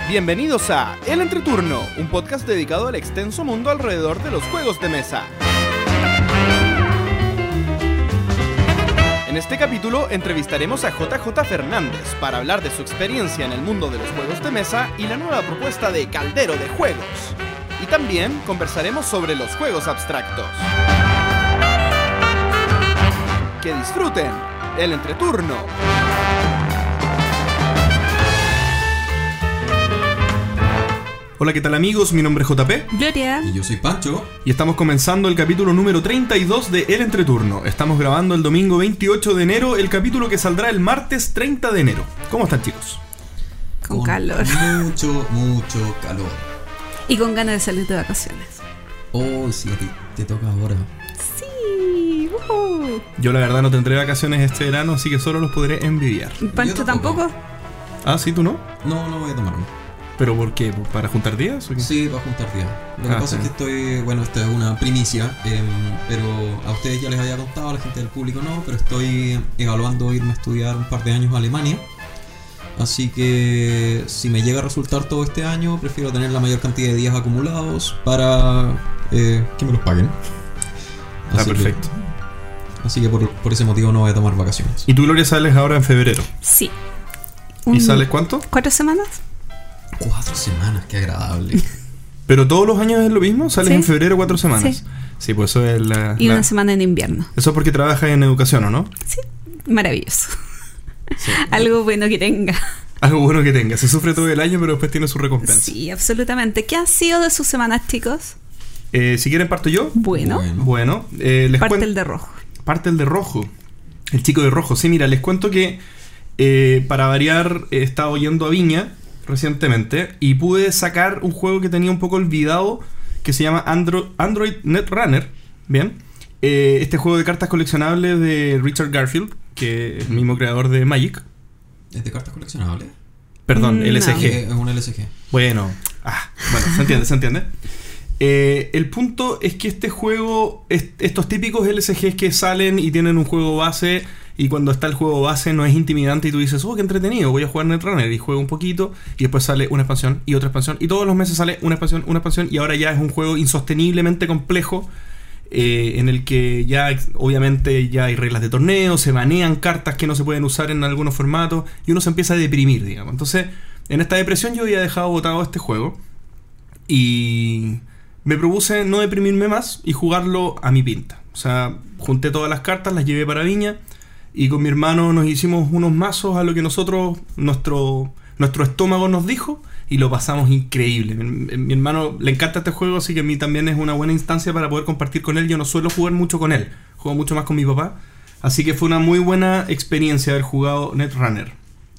Bienvenidos a El Entreturno, un podcast dedicado al extenso mundo alrededor de los juegos de mesa. En este capítulo entrevistaremos a JJ Fernández para hablar de su experiencia en el mundo de los juegos de mesa y la nueva propuesta de Caldero de Juegos. Y también conversaremos sobre los juegos abstractos. ¡Que disfruten El Entreturno! Hola, ¿qué tal amigos? Mi nombre es JP. Gloria. Y yo soy Pancho. Y estamos comenzando el capítulo número 32 de El Entreturno. Estamos grabando el domingo 28 de enero, el capítulo que saldrá el martes 30 de enero. ¿Cómo están, chicos? Con calor. Mucho calor. Y con ganas de salir de vacaciones. Oh, sí, a ti te toca ahora. Sí. Yo la verdad no tendré vacaciones este verano, así que solo los podré envidiar. ¿Pancho tampoco? Ah, ¿sí? ¿Tú no? No voy a tomarme. ¿Pero por qué? ¿Para juntar días o qué? Sí, para juntar días. Lo que pasa es que estoy, esta es una primicia, pero a ustedes ya les había contado, a la gente del público no, pero estoy evaluando irme a estudiar un par de años a Alemania. Así que si me llega a resultar todo este año, prefiero tener la mayor cantidad de días acumulados para que me los paguen. Está perfecto. Así que por ese motivo no voy a tomar vacaciones. ¿Y tú, Gloria, sales ahora en febrero? Sí. ¿Y sales cuánto? 4 semanas. 4 semanas, qué agradable. ¿Pero todos los años es lo mismo? ¿Sales Sí. en febrero 4 semanas? Sí, pues eso es Y una semana en invierno. Eso es porque trabajas en educación, ¿o no? Sí, maravilloso. Sí. Algo bueno que tenga. Algo bueno que tenga. Se sufre todo el año, pero después tiene su recompensa. Sí, absolutamente. ¿Qué han sido de sus semanas, chicos? Si quieren parto yo. Bueno. Les Parte cuento. el de rojo. Parte el de rojo. El chico de rojo. Sí, mira, les cuento que para variar he estado yendo a Viña recientemente y pude sacar un juego que tenía un poco olvidado que se llama Android Netrunner. Bien. Este juego de cartas coleccionables de Richard Garfield, que es el mismo creador de Magic. ¿Es de cartas coleccionables? Perdón, No. LSG. Es un LSG. Bueno, se entiende. El punto es que este juego, estos típicos LCGs que salen y tienen un juego base, y cuando está el juego base no es intimidante y tú dices, oh, qué entretenido, voy a jugar Netrunner, y juego un poquito, y después sale una expansión y otra expansión, y todos los meses sale una expansión, y ahora ya es un juego insosteniblemente complejo, en el que ya obviamente ya hay reglas de torneo, se banean cartas que no se pueden usar en algunos formatos, y uno se empieza a deprimir, digamos. Entonces, en esta depresión yo había dejado botado este juego, y me propuse no deprimirme más y jugarlo a mi pinta. O sea, junté todas las cartas, las llevé para Viña y con mi hermano nos hicimos unos mazos a lo que nuestro estómago nos dijo y lo pasamos increíble. Mi hermano le encanta este juego, así que a mí también es una buena instancia para poder compartir con él. Yo no suelo jugar mucho con él, juego mucho más con mi papá. Así que fue una muy buena experiencia haber jugado Netrunner.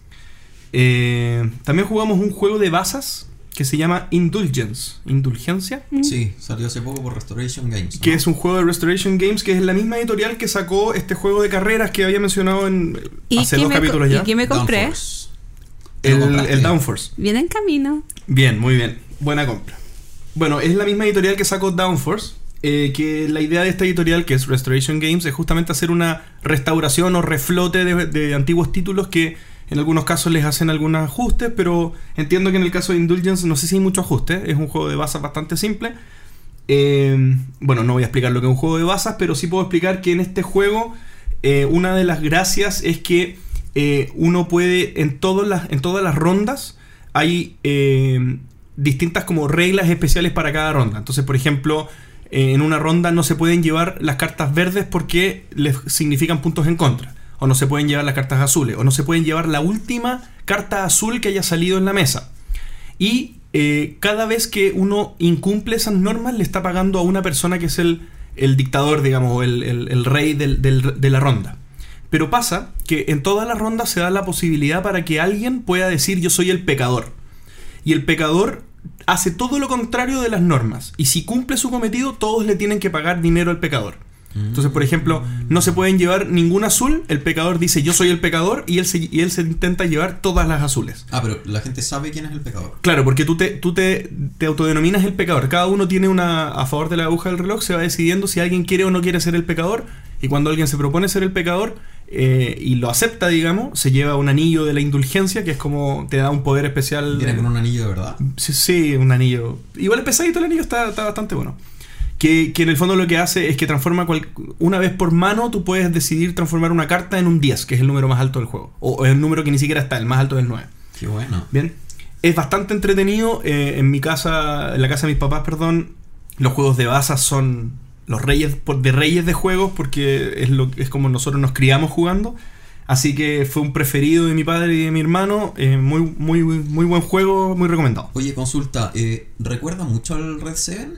También jugamos un juego de bazas que se llama Indulgencia. Sí, salió hace poco por Restoration Games, ¿no? Que es un juego de Restoration Games, que es la misma editorial que sacó este juego de carreras que había mencionado hace 2 capítulos ya. ¿Y qué me compré? Downforce. El Downforce. Viene en camino. Bien, muy bien. Buena compra. Bueno, es la misma editorial que sacó Downforce. Que la idea de esta editorial, que es Restoration Games, es justamente hacer una restauración o reflote de antiguos títulos que en algunos casos les hacen algunos ajustes, pero entiendo que en el caso de Indulgence no sé si hay mucho ajuste. Es un juego de bazas bastante simple. Bueno, no voy a explicar lo que es un juego de bazas, pero sí puedo explicar que en este juego una de las gracias es que uno puede, en todas las rondas hay distintas como reglas especiales para cada ronda. Entonces, por ejemplo, en una ronda no se pueden llevar las cartas verdes porque les significan puntos en contra, o no se pueden llevar las cartas azules, o no se pueden llevar la última carta azul que haya salido en la mesa. Y cada vez que uno incumple esas normas le está pagando a una persona que es el dictador, digamos, o el rey de la ronda. Pero pasa que en todas las rondas se da la posibilidad para que alguien pueda decir yo soy el pecador. Y el pecador hace todo lo contrario de las normas. Y si cumple su cometido, todos le tienen que pagar dinero al pecador. Entonces, por ejemplo, no se pueden llevar ningún azul. El pecador dice yo soy el pecador y él se intenta llevar todas las azules. Ah, pero la gente sabe quién es el pecador. Claro, porque tú te autodenominas el pecador. Cada uno tiene a favor de la aguja del reloj. Se va decidiendo si alguien quiere o no quiere ser el pecador. Y cuando alguien se propone ser el pecador, y lo acepta, digamos, se lleva un anillo de la indulgencia, que es como te da un poder especial. ¿Viene con un anillo de verdad? Sí, un anillo. Igual es pesadito el anillo, está bastante bueno. Que en el fondo lo que hace es que transforma una vez por mano tú puedes decidir transformar una carta en un 10, que es el número más alto del juego. O el número que ni siquiera está, el más alto del 9. Qué bueno. Bien. Es bastante entretenido. En la casa de mis papás, perdón, los juegos de bazas son los reyes de juegos, porque es como nosotros nos criamos jugando. Así que fue un preferido de mi padre y de mi hermano. Muy, muy, muy buen juego, muy recomendado. Oye, consulta, ¿recuerda mucho al Red 7?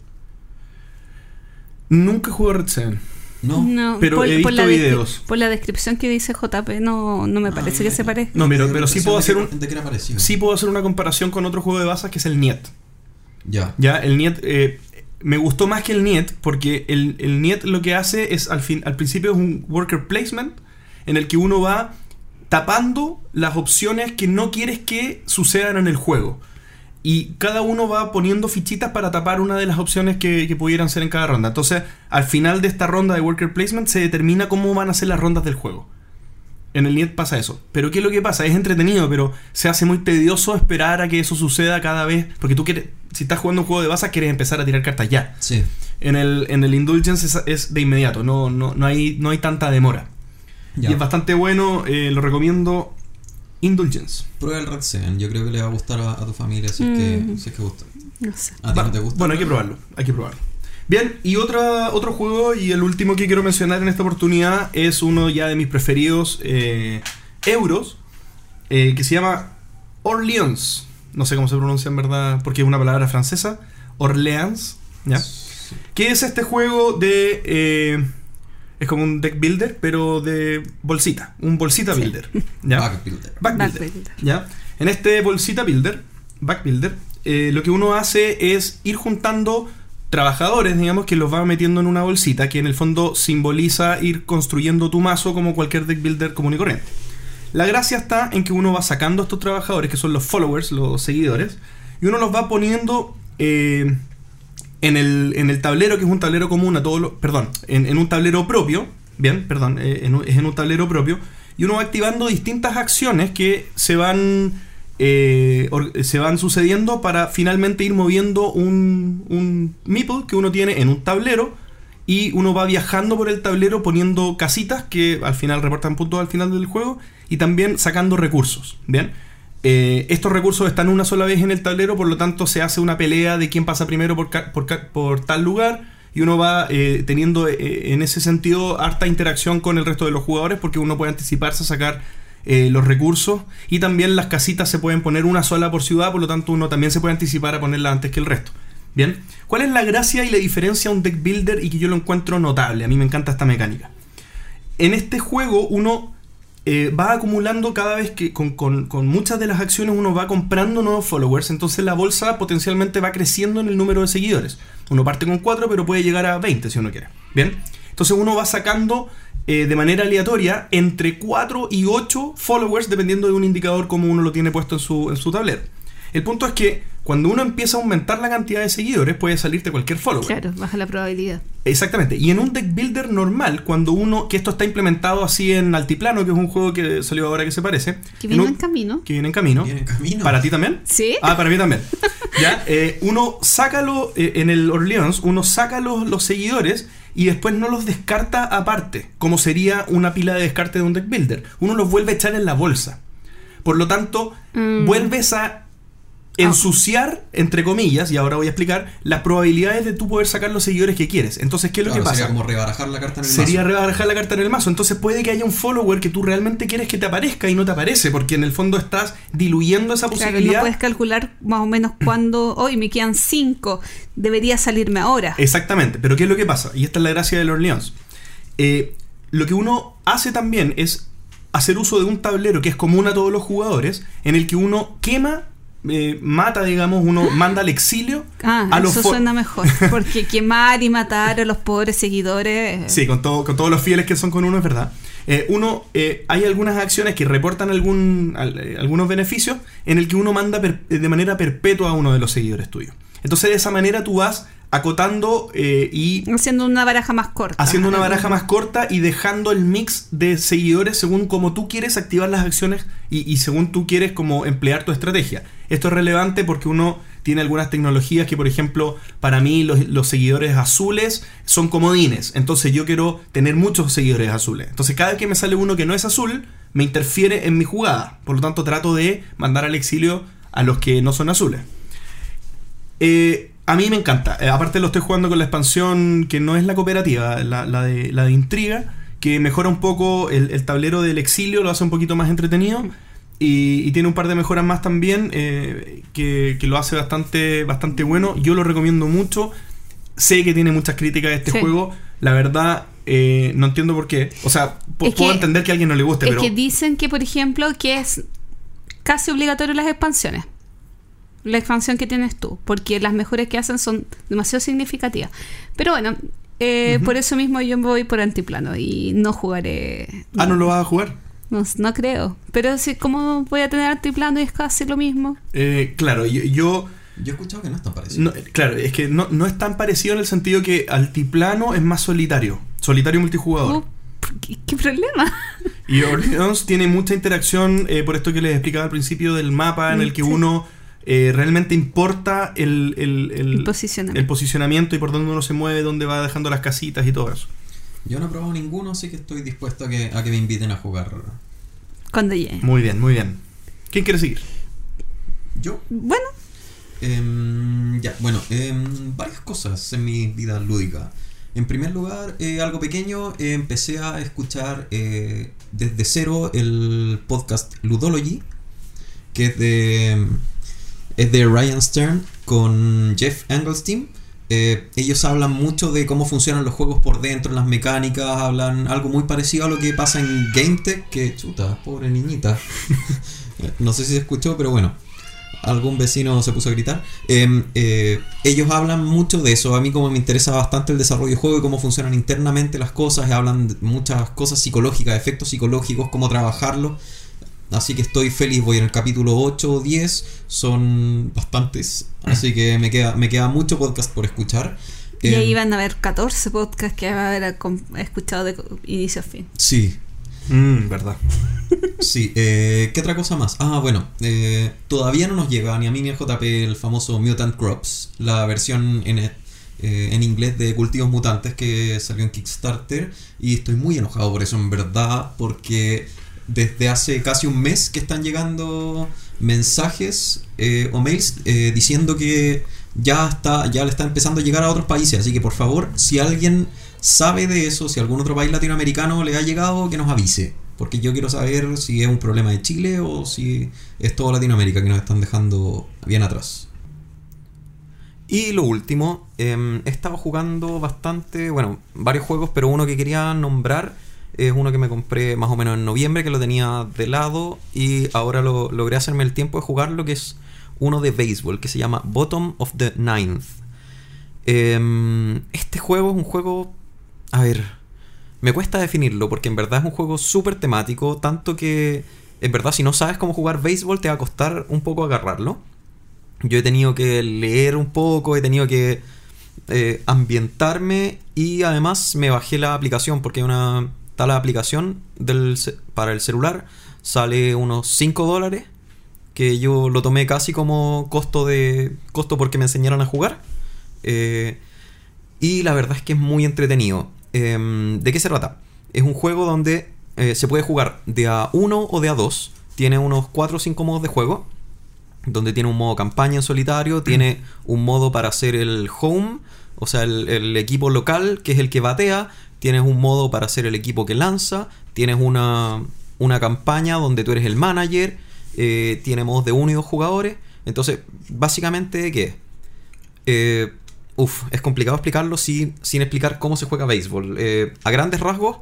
Nunca jugué a Red 7. No, pero he visto videos. Por la descripción que dice JP no me parece que se parezca. No, pero sí puedo hacer sí puedo hacer una comparación con otro juego de bazas que es el Niet. Ya, el Niet me gustó más que el Niet, porque el Niet lo que hace es al principio es un worker placement en el que uno va tapando las opciones que no quieres que sucedan en el juego. Y cada uno va poniendo fichitas para tapar una de las opciones que pudieran ser en cada ronda. Entonces, al final de esta ronda de worker placement se determina cómo van a ser las rondas del juego. En el Niet pasa eso. Pero ¿qué es lo que pasa? Es entretenido, pero se hace muy tedioso esperar a que eso suceda cada vez. Porque tú quieres, si estás jugando un juego de bazas, quieres empezar a tirar cartas ya. Sí. En el Indulgence es de inmediato, no hay tanta demora. Ya. Y es bastante bueno, lo recomiendo. Indulgence. Prueba el Red 7, yo creo que le va a gustar a tu familia si es que gusta. No sé. ¿A ti no te gusta? Bueno, hay que probarlo. Bien, y otro juego, y el último que quiero mencionar en esta oportunidad es uno ya de mis preferidos euros, que se llama Orleans. No sé cómo se pronuncia en verdad, porque es una palabra francesa. Orleans, ¿ya? Sí. ¿Qué es este juego de... es como un deck builder, pero de bolsita. Un bolsita builder. ¿Ya? Back builder. ¿Ya? En este bolsita builder, back builder, lo que uno hace es ir juntando trabajadores, digamos, que los va metiendo en una bolsita, que en el fondo simboliza ir construyendo tu mazo como cualquier deck builder común y corriente. La gracia está en que uno va sacando a estos trabajadores, que son los followers, los seguidores, y uno los va poniendo... en el tablero, que es un tablero común a todos los... Perdón, en un tablero propio. Bien, perdón, es en un tablero propio. Y uno va activando distintas acciones que se van sucediendo para finalmente ir moviendo un meeple que uno tiene en un tablero. Y uno va viajando por el tablero poniendo casitas que al final reportan puntos al final del juego. Y también sacando recursos. Bien. Estos recursos están una sola vez en el tablero, por lo tanto se hace una pelea de quién pasa primero por tal lugar, y uno va teniendo en ese sentido harta interacción con el resto de los jugadores, porque uno puede anticiparse a sacar los recursos, y también las casitas se pueden poner una sola por ciudad, por lo tanto uno también se puede anticipar a ponerla antes que el resto. Bien, ¿cuál es la gracia y la diferencia a un deck builder? Y que yo lo encuentro notable, a mí me encanta esta mecánica. En este juego uno... va acumulando cada vez que con muchas de las acciones uno va comprando nuevos followers, entonces la bolsa potencialmente va creciendo en el número de seguidores. Uno parte con 4, pero puede llegar a 20 si uno quiere. Bien, entonces uno va sacando de manera aleatoria entre 4 y 8 followers, dependiendo de un indicador como uno lo tiene puesto en su tablero. El punto es que cuando uno empieza a aumentar la cantidad de seguidores, puede salirte cualquier follower. Claro, baja la probabilidad. Exactamente. Y en un deck builder normal, cuando uno... Que esto está implementado así en Altiplano, que es un juego que salió ahora que se parece. Que viene en camino. Que viene en camino. ¿Viene en camino? ¿Para ti también? Sí. Ah, para mí también. ¿Ya? Uno saca en el Orleans, uno saca los seguidores y después no los descarta aparte, como sería una pila de descarte de un deck builder. Uno los vuelve a echar en la bolsa. Por lo tanto, vuelves a ensuciar, entre comillas, y ahora voy a explicar, las probabilidades de tú poder sacar los seguidores que quieres. Entonces, ¿qué es lo que pasa? Sería como rebarajar la carta en el mazo. Sería rebarajar la carta en el mazo. Entonces puede que haya un follower que tú realmente quieres que te aparezca y no te aparece, porque en el fondo estás diluyendo esa posibilidad. Claro, no puedes calcular más o menos cuándo, hoy me quedan 5, debería salirme ahora. Exactamente, pero ¿qué es lo que pasa? Y esta es la gracia del Orleans. Lo que uno hace también es hacer uso de un tablero que es común a todos los jugadores, en el que uno quema, mata, digamos, uno manda al exilio a los eso suena mejor, porque quemar y matar a los pobres seguidores. Sí, con todos los fieles que son con uno, es verdad. Hay algunas acciones que reportan algunos beneficios en el que uno manda de manera perpetua a uno de los seguidores tuyos. Entonces de esa manera tú vas acotando y haciendo una baraja más corta. Haciendo una baraja más corta y dejando el mix de seguidores según como tú quieres activar las acciones y según tú quieres como emplear tu estrategia. Esto es relevante porque uno tiene algunas tecnologías que, por ejemplo, para mí los seguidores azules son comodines. Entonces yo quiero tener muchos seguidores azules. Entonces cada vez que me sale uno que no es azul, me interfiere en mi jugada. Por lo tanto trato de mandar al exilio a los que no son azules. A mí me encanta. Aparte lo estoy jugando con la expansión que no es la cooperativa, la de intriga, que mejora un poco el tablero del exilio, lo hace un poquito más entretenido. Y tiene un par de mejoras más también que lo hace bastante bueno. Yo lo recomiendo mucho. Sé que tiene muchas críticas de este juego. La verdad, no entiendo por qué. O sea, puedo entender que a alguien no le guste, pero... Es que dicen que, por ejemplo, que es casi obligatorio las expansiones. La expansión que tienes tú, porque las mejoras que hacen son demasiado significativas. Pero bueno, por eso mismo yo me voy por Antiplano y no jugaré. ¿No lo vas a jugar? No creo. Pero sí, ¿cómo voy a tener Antiplano y es casi lo mismo? Claro, yo he escuchado que no es tan parecido. Claro, es que no es tan parecido en el sentido que Altiplano es más solitario multijugador. ¿Qué problema? Y Orleans tiene mucha interacción, por esto que les explicaba al principio del mapa, en el que uno realmente importa el posicionamiento y por dónde uno se mueve, dónde va dejando las casitas y todo eso. Yo no he probado ninguno, así que estoy dispuesto a que me inviten a jugar cuando llegue. Muy bien, muy bien. ¿Quién quiere seguir? ¿Yo? Bueno. Varias cosas en mi vida lúdica. En primer lugar, algo pequeño, empecé a escuchar desde cero el podcast Ludology, que es de Ryan Stern con Jeff Engelstein. Ellos hablan mucho de cómo funcionan los juegos por dentro, las mecánicas, hablan algo muy parecido a lo que pasa en GameTech, que chuta, pobre niñita. No sé si se escuchó, pero bueno, algún vecino se puso a gritar. Ellos hablan mucho de eso. A mí como me interesa bastante el desarrollo de juego y cómo funcionan internamente las cosas, y hablan de muchas cosas psicológicas, efectos psicológicos, cómo trabajarlo. Así que estoy feliz, voy en el capítulo 8 o 10, son bastantes, así que me queda mucho podcast por escuchar. Y ahí van a haber 14 podcasts que va a haber escuchado de inicio a fin. Sí. Verdad. Sí, ¿qué otra cosa más? Todavía no nos llega ni a mí ni a JP el famoso Mutant Crops, la versión en inglés de Cultivos Mutantes que salió en Kickstarter, y estoy muy enojado por eso, en verdad, porque desde hace casi un mes que están llegando mensajes o mails diciendo que ya le está empezando a llegar a otros países. Así que por favor, si alguien sabe de eso, si algún otro país latinoamericano le ha llegado, que nos avise, porque yo quiero saber si es un problema de Chile o si es toda Latinoamérica que nos están dejando bien atrás. Y lo último, he estado jugando bastante, varios juegos, pero uno que quería nombrar es uno que me compré más o menos en noviembre, que lo tenía de lado y ahora logré hacerme el tiempo de jugarlo, que es uno de béisbol que se llama Bottom of the Ninth. Este juego es un juego, me cuesta definirlo porque en verdad es un juego súper temático, tanto que en verdad si no sabes cómo jugar béisbol te va a costar un poco agarrarlo. Yo he tenido que leer un poco, he tenido que ambientarme, y además me bajé la aplicación porque está la aplicación para el celular, sale unos $5, que yo lo tomé casi como costo porque me enseñaron a jugar, y la verdad es que es muy entretenido. ¿De qué se trata? Es un juego donde se puede jugar de a 1 o de a 2, tiene unos 4 o 5 modos de juego, donde tiene un modo campaña en solitario, tiene un modo para hacer el home, o sea el equipo local, que es el que batea, tienes un modo para hacer el equipo que lanza, tienes una campaña donde tú eres el manager, tiene modos de 1 y 2 jugadores. Entonces, básicamente, ¿qué es? Es complicado explicarlo sin explicar cómo se juega béisbol. A grandes rasgos,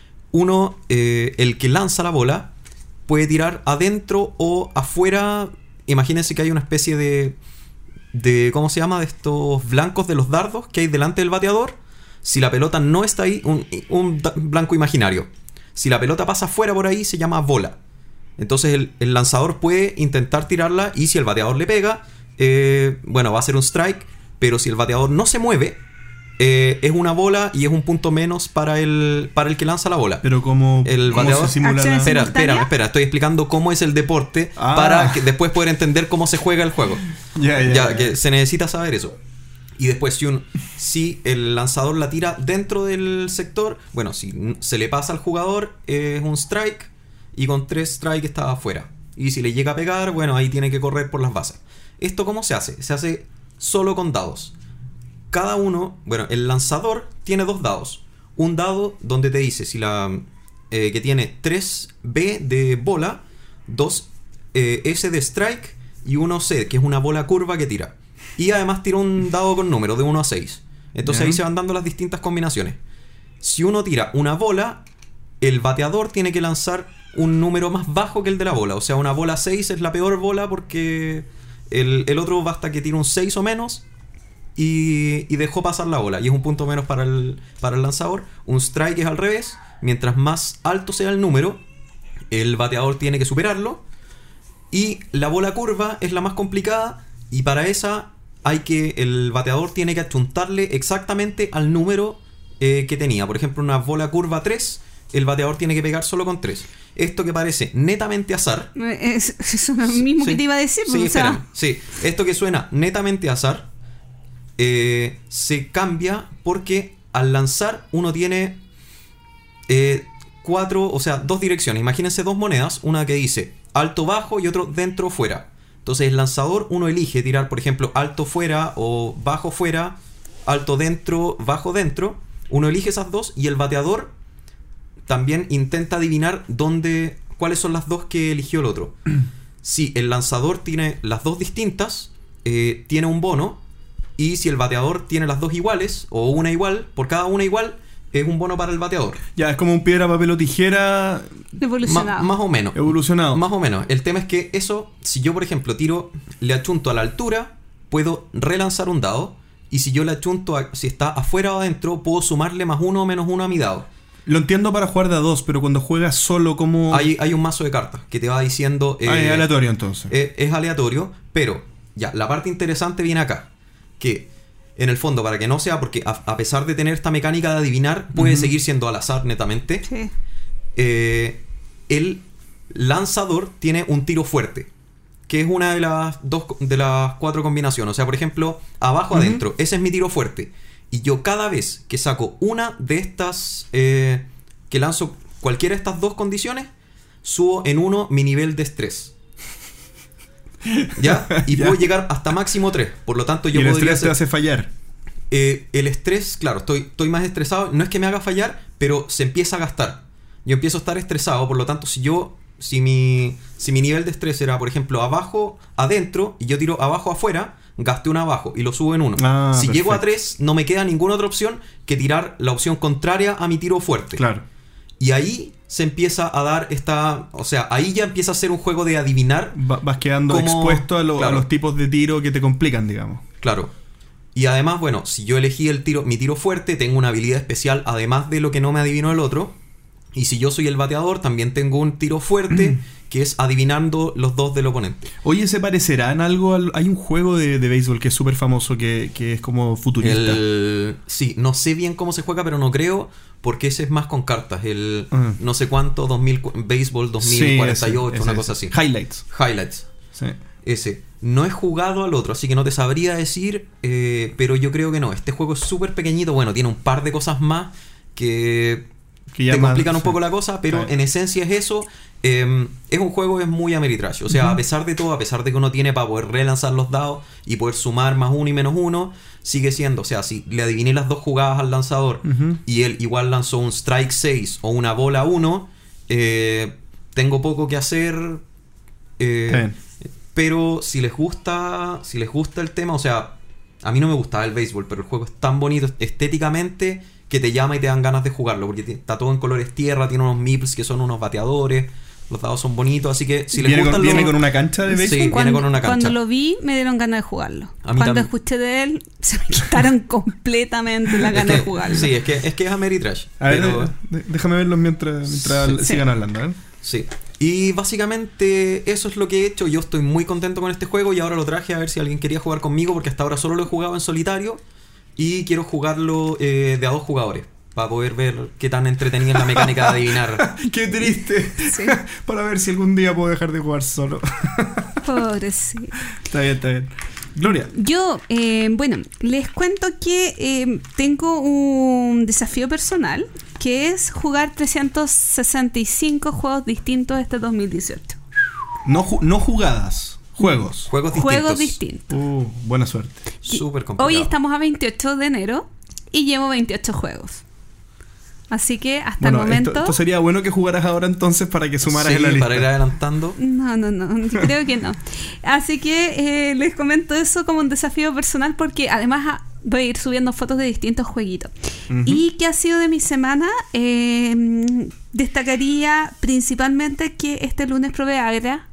el que lanza la bola puede tirar adentro o afuera. Imagínense que hay una especie de ¿cómo se llama? De estos blancos de los dardos que hay delante del bateador. Si la pelota no está ahí, un blanco imaginario. Si la pelota pasa fuera por ahí, se llama bola. Entonces el lanzador puede intentar tirarla, y si el bateador le pega, va a ser un strike. pero si el bateador no se mueve, es una bola y es un punto menos para el que lanza la bola. Pero ¿cómo bateador se simula la... Espera, estoy explicando cómo es el deporte para que después poder entender cómo se juega el juego. Que se necesita saber eso. Y después si el lanzador la tira dentro del sector, bueno, si se le pasa al jugador es un strike, y con 3 strikes está afuera. Y si le llega a pegar, bueno, ahí tiene que correr por las bases. ¿Esto cómo se hace? Se hace solo con dados. Cada uno, bueno, el lanzador tiene 2 dados. Un dado donde te dice si que tiene 3 B de bola, 2 S de strike y 1 C, que es una bola curva que tira. Y además tira un dado con número de 1 a 6. Entonces ahí se van dando las distintas combinaciones. Si uno tira una bola, el bateador tiene que lanzar un número más bajo que el de la bola. O sea, una bola 6 es la peor bola porque el otro basta que tire un 6 o menos y dejó pasar la bola. Y es un punto menos para el lanzador. Un strike es al revés. Mientras más alto sea el número, el bateador tiene que superarlo. Y la bola curva es la más complicada. Y para esa el bateador tiene que achuntarle exactamente al número que tenía. Por ejemplo, una bola curva 3, el bateador tiene que pegar solo con 3. Esto que parece netamente azar. Es lo mismo que te iba a decir. Sí, sí. Esto que suena netamente azar se cambia porque al lanzar uno tiene 2 direcciones. Imagínense 2 monedas, una que dice alto bajo y otro dentro fuera. Entonces el lanzador uno elige tirar, por ejemplo, alto fuera o bajo fuera, alto dentro, bajo dentro. Uno elige esas 2 y el bateador también intenta adivinar cuáles son las 2 que eligió el otro. Si el lanzador tiene las 2 distintas, tiene un bono. Y si el bateador tiene las 2 iguales o una igual, por cada una igual, es un bono para el bateador. Ya, es como un piedra, papel o tijera evolucionado. Más o menos. Evolucionado. Más o menos. El tema es que eso, si yo por ejemplo le achunto a la altura, puedo relanzar un dado. Y si yo le achunto si está afuera o adentro, puedo sumarle más 1 o menos 1 a mi dado. Lo entiendo para jugar de a 2, pero cuando juegas solo, como... Hay un mazo de cartas que te va diciendo... es aleatorio entonces. Es aleatorio, pero ya, la parte interesante viene acá. Que en el fondo, para que no sea, porque a pesar de tener esta mecánica de adivinar, puede seguir siendo al azar netamente. Sí. El lanzador tiene un tiro fuerte, que es una de las 4 combinaciones. O sea, por ejemplo, abajo, adentro, ese es mi tiro fuerte. Y yo cada vez que saco una de estas, que lanzo cualquiera de estas 2 condiciones, subo en 1 mi nivel de estrés. ¿Ya? Y puedo llegar hasta máximo 3. Por lo tanto, yo ¿Y el podría estrés te hace fallar? El estrés, claro, estoy más estresado. No es que me haga fallar, pero se empieza a gastar. Yo empiezo a estar estresado. Por lo tanto, si mi nivel de estrés era, por ejemplo, abajo, adentro, y yo tiro abajo, afuera, gasté un abajo y lo subo en 1. Si perfecto. Llego a 3, no me queda ninguna otra opción que tirar la opción contraria a mi tiro fuerte. Claro. Y ahí se empieza a dar o sea, ahí ya empieza a ser un juego de adivinar. Vas quedando expuesto a los tipos de tiro que te complican, digamos. Claro. Y además, bueno, si yo elegí mi tiro fuerte, tengo una habilidad especial, además de lo que no me adivinó el otro. Y si yo soy el bateador, también tengo un tiro fuerte, que es adivinando los 2 del oponente. Oye, ¿se parecerá en algo? Hay un juego de béisbol que es súper famoso, que es como futurista. Sí, no sé bien cómo se juega, pero no creo, porque ese es más con cartas. No sé cuánto, béisbol 2048, una cosa así. Highlights. Sí. Ese. No he jugado al otro, así que no te sabría decir, pero yo creo que no. Este juego es súper pequeñito. Bueno, tiene un par de cosas más que te complican un poco la cosa, pero en esencia es eso. Es un juego que es muy Ameritrash. O sea, a pesar de todo, a pesar de que uno tiene para poder relanzar los dados y poder sumar más 1 y menos 1, sigue siendo, o sea, si le adiviné las 2 jugadas al lanzador y él igual lanzó un strike 6 o una bola 1, tengo poco que hacer. Pero si les gusta el tema, o sea, a mí no me gustaba el béisbol, pero el juego es tan bonito estéticamente que te llama y te dan ganas de jugarlo, porque está todo en colores tierra, tiene unos meeples que son unos bateadores, los dados son bonitos, así que si les gusta... ¿Viene con una cancha de béisbol? Sí, viene con una cancha. Cuando lo vi, me dieron ganas de jugarlo. Cuando escuché de él, se me quitaron completamente las ganas de jugarlo. Sí, es que es Ameritrash. A ver, déjame verlos mientras sigan hablando, ¿eh? Sí. Y básicamente eso es lo que he hecho. Yo estoy muy contento con este juego y ahora lo traje a ver si alguien quería jugar conmigo, porque hasta ahora solo lo he jugado en solitario y quiero jugarlo de a 2 jugadores para poder ver qué tan entretenida es la mecánica de adivinar. Qué triste. Sí. Para ver si algún día puedo dejar de jugar solo. Pobrecito. Está bien. Gloria. Yo, bueno, les cuento que tengo un desafío personal, que es jugar 365 juegos distintos este 2018. No jugadas, juegos. Juegos distintos. Buena suerte. Súper complicado. Hoy estamos a 28 de enero y llevo 28 juegos. Así que hasta el momento... Esto sería bueno que jugaras ahora entonces para que sumaras sí, en la lista. Para ir adelantando. No, creo que no. Así que les comento eso como un desafío personal, porque además voy a ir subiendo fotos de distintos jueguitos. Uh-huh. Y que ha sido de mi semana, destacaría principalmente que este lunes probé Agra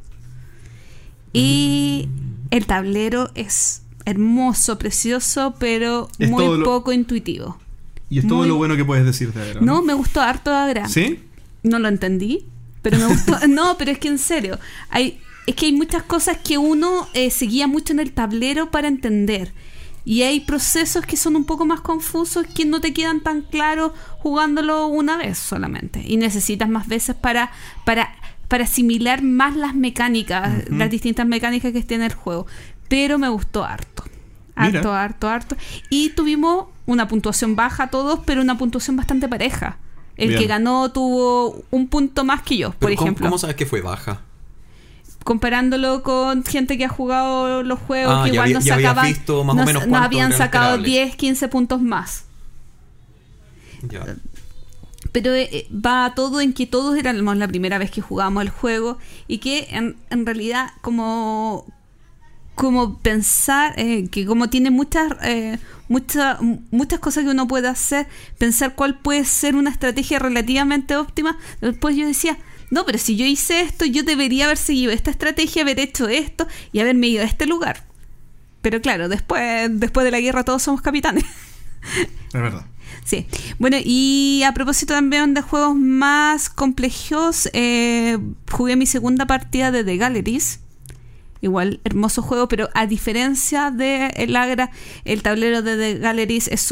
y el tablero es hermoso, precioso, pero es muy poco intuitivo. Y es todo lo bueno que puedes decir de Agra. No, me gustó harto Agra. ¿Sí? No lo entendí, pero me gustó. No, pero es que en serio, es que hay muchas cosas que uno se guía mucho en el tablero para entender. Y hay procesos que son un poco más confusos, que no te quedan tan claros jugándolo una vez solamente. Y necesitas más veces para asimilar más las mecánicas, uh-huh, las distintas mecánicas que tiene el juego. Pero me gustó harto. Harto. Y tuvimos una puntuación baja todos, pero una puntuación bastante pareja. El que ganó tuvo un punto más que yo, por ejemplo. ¿Cómo sabes que fue baja? Comparándolo con gente que ha jugado los juegos, que igual nos habían sacado 10, 15 puntos más. Ya. Pero va todo en que todos éramos la primera vez que jugábamos el juego y que en realidad como pensar que como tiene muchas cosas que uno puede hacer, pensar cuál puede ser una estrategia relativamente óptima. Después yo decía, no, pero si yo hice esto, yo debería haber seguido esta estrategia, haber hecho esto y haberme ido a este lugar. Pero claro, después de la guerra todos somos capitanes. Es verdad. Sí. Bueno, y a propósito también de juegos más complejos, jugué mi segunda partida de The Galleries. Igual, hermoso juego, pero a diferencia de el Agra, el tablero de The Galleries es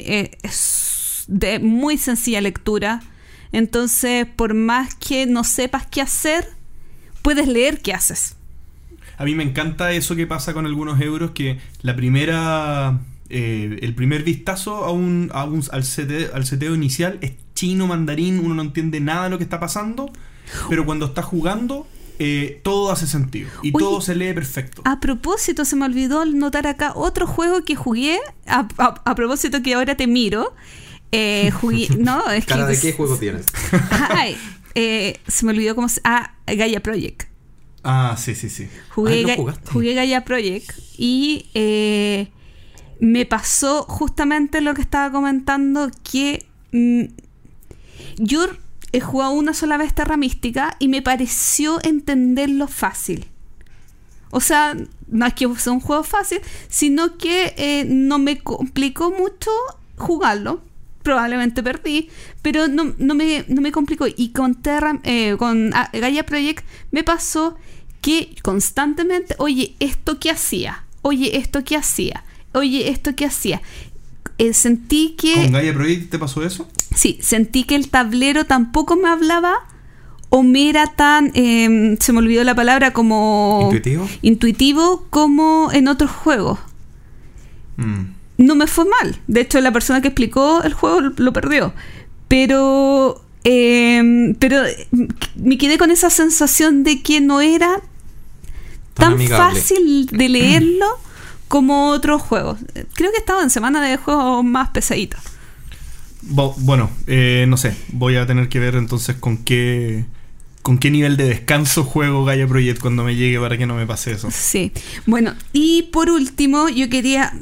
de muy sencilla lectura. Entonces, por más que no sepas qué hacer, puedes leer qué haces. A mí me encanta eso que pasa con algunos euros, que el primer vistazo al seteo inicial es chino, mandarín, uno no entiende nada de lo que está pasando, pero cuando estás jugando... todo hace sentido y todo se lee perfecto. A propósito, se me olvidó notar acá otro juego que jugué. A propósito que ahora te miro, jugué. No, es ¿Cara que, de qué juego tienes? Se me olvidó cómo se. Gaia Project. Sí. Jugué Gaia Project y me pasó justamente lo que estaba comentando, que yo he jugado una sola vez Terra Mística y me pareció entenderlo fácil. O sea, no es que sea un juego fácil, sino que no me complicó mucho jugarlo. Probablemente perdí, pero no me complicó. Y con Gaia Project me pasó que constantemente, oye, ¿esto qué hacía? Sentí que... ¿Con Gaia Project te pasó eso? Sí, sentí que el tablero tampoco me hablaba o me era tan... se me olvidó la palabra, como... Intuitivo como en otros juegos. No me fue mal. De hecho, la persona que explicó el juego lo perdió. Pero me quedé con esa sensación de que no era tan fácil de leerlo como otros juegos. Creo que estaba en semana de juegos más pesaditos. Bueno, no sé. Voy a tener que ver entonces con qué nivel de descanso juego Gaia Project cuando me llegue, para que no me pase eso. Sí. Bueno, y por último, yo quería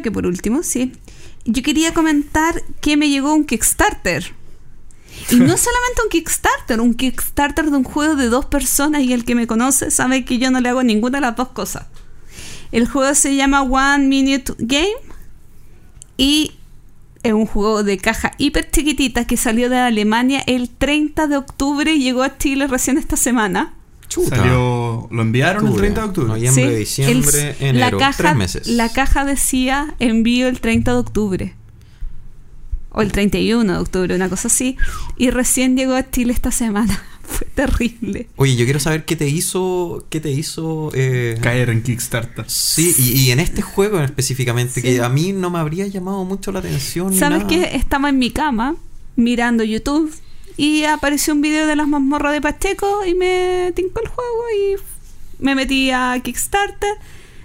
comentar que me llegó un Kickstarter. Y no solamente un Kickstarter de un juego de 2 personas, y el que me conoce sabe que yo no le hago ninguna de las dos cosas. El juego se llama One Minute Game y Es un juego de caja hiper chiquitita que salió de Alemania el 30 de octubre y llegó a Chile recién esta semana. Lo enviaron el 30 de octubre. Noviembre, diciembre, enero, 3 meses. La caja decía envío el 30 de octubre. O el 31 de octubre, una cosa así. Y recién llegó a Chile esta semana. Fue terrible. Oye, yo quiero saber qué te hizo caer en Kickstarter. Sí, y en este juego específicamente, que a mí no me habría llamado mucho la atención. ¿Sabes qué? Estaba en mi cama mirando YouTube y apareció un video de las mazmorras de Pacheco y me tincó el juego y me metí a Kickstarter.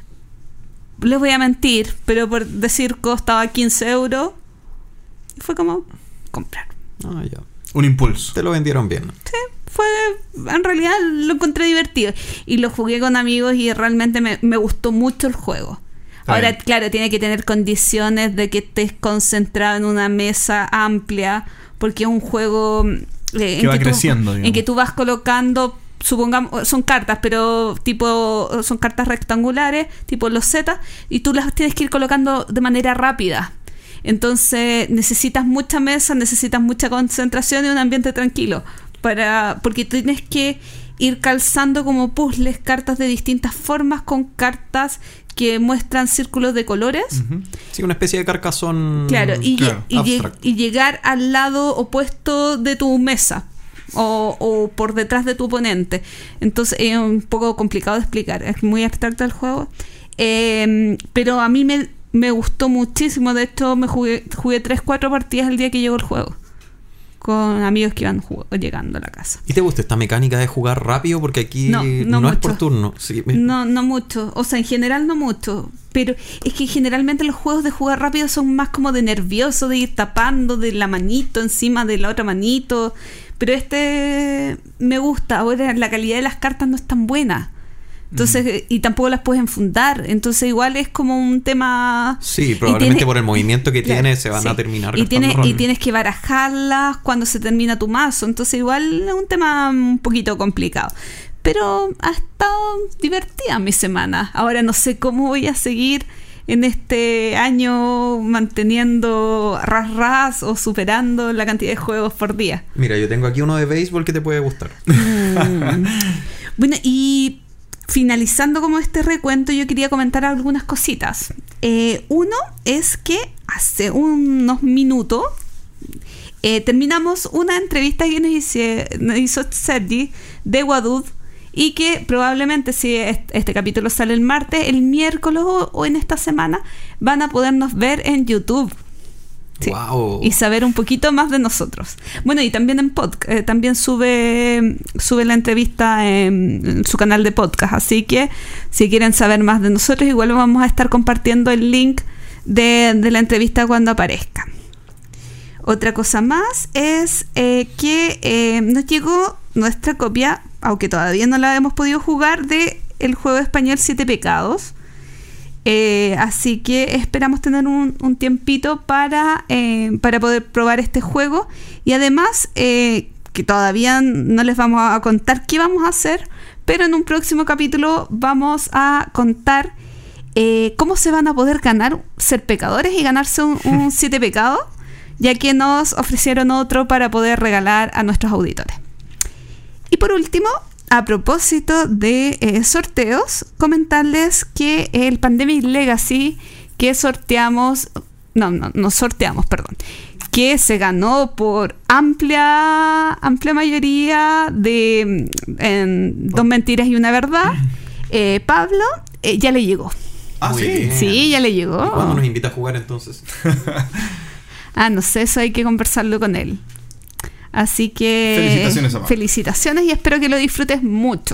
Les voy a mentir, pero por decir costaba 15 euros y fue como comprar. Ah, ya. Un impulso. Te lo vendieron bien. Sí, en realidad lo encontré divertido y lo jugué con amigos y realmente me gustó mucho el juego. Ahora, claro, tiene que tener condiciones de que estés concentrado en una mesa amplia, porque es un juego que va creciendo, en que tú vas colocando, supongamos, son cartas, pero son cartas rectangulares, tipo los Z, y tú las tienes que ir colocando de manera rápida. Entonces necesitas mucha mesa, necesitas mucha concentración y un ambiente tranquilo, porque tienes que ir calzando como puzzles cartas de distintas formas con cartas que muestran círculos de colores. Uh-huh. Sí, una especie de Carcassonne. Claro, y llegar al lado opuesto de tu mesa o por detrás de tu oponente. Entonces es un poco complicado de explicar, es muy abstracto el juego, pero a mí me gustó muchísimo. De hecho me jugué 3-4 partidas el día que llegó el juego con amigos que iban llegando a la casa. ¿Y te gusta esta mecánica de jugar rápido? Porque aquí no es por turno. Sí, no mucho. O sea, en general no mucho. Pero es que generalmente los juegos de jugar rápido son más como de nervioso, de ir tapando de la manito encima de la otra manito. Pero me gusta. Ahora la calidad de las cartas no es tan buena. Entonces, y tampoco las puedes enfundar. Entonces igual es como un tema. Sí, probablemente por el movimiento que tiene se van a terminar gastando y tienes que barajarlas cuando se termina tu mazo. Entonces igual es un tema un poquito complicado. Pero ha estado divertida mi semana. Ahora no sé cómo voy a seguir en este año manteniendo ras o superando la cantidad de juegos por día. Mira, yo tengo aquí uno de béisbol que te puede gustar. Bueno, y finalizando como este recuento, yo quería comentar algunas cositas. Uno es que hace unos minutos terminamos una entrevista que nos hizo Sergi de Wadud, y que probablemente, si este capítulo sale el martes, el miércoles o en esta semana van a podernos ver en YouTube. Sí. Wow. Y saber un poquito más de nosotros. Bueno, y también en podcast, también sube la entrevista en su canal de podcast, así que si quieren saber más de nosotros, igual vamos a estar compartiendo el link de la entrevista cuando aparezca. Otra cosa más es que nos llegó nuestra copia, aunque todavía no la hemos podido jugar, de el juego español 7 Pecados. Así que esperamos tener un tiempito para poder probar este juego. Y además, que todavía no les vamos a contar qué vamos a hacer, pero en un próximo capítulo vamos a contar cómo se van a poder ser pecadores y ganarse un 7 pecados, ya que nos ofrecieron otro para poder regalar a nuestros auditores. Y por último, a propósito de sorteos, comentarles que el Pandemic Legacy que que se ganó por amplia mayoría en 2 mentiras y una verdad, Pablo, ya le llegó. Ah, sí. Sí, ya le llegó. ¿Y cuándo nos invita a jugar entonces? No sé, eso hay que conversarlo con él. Así que felicitaciones y espero que lo disfrutes mucho.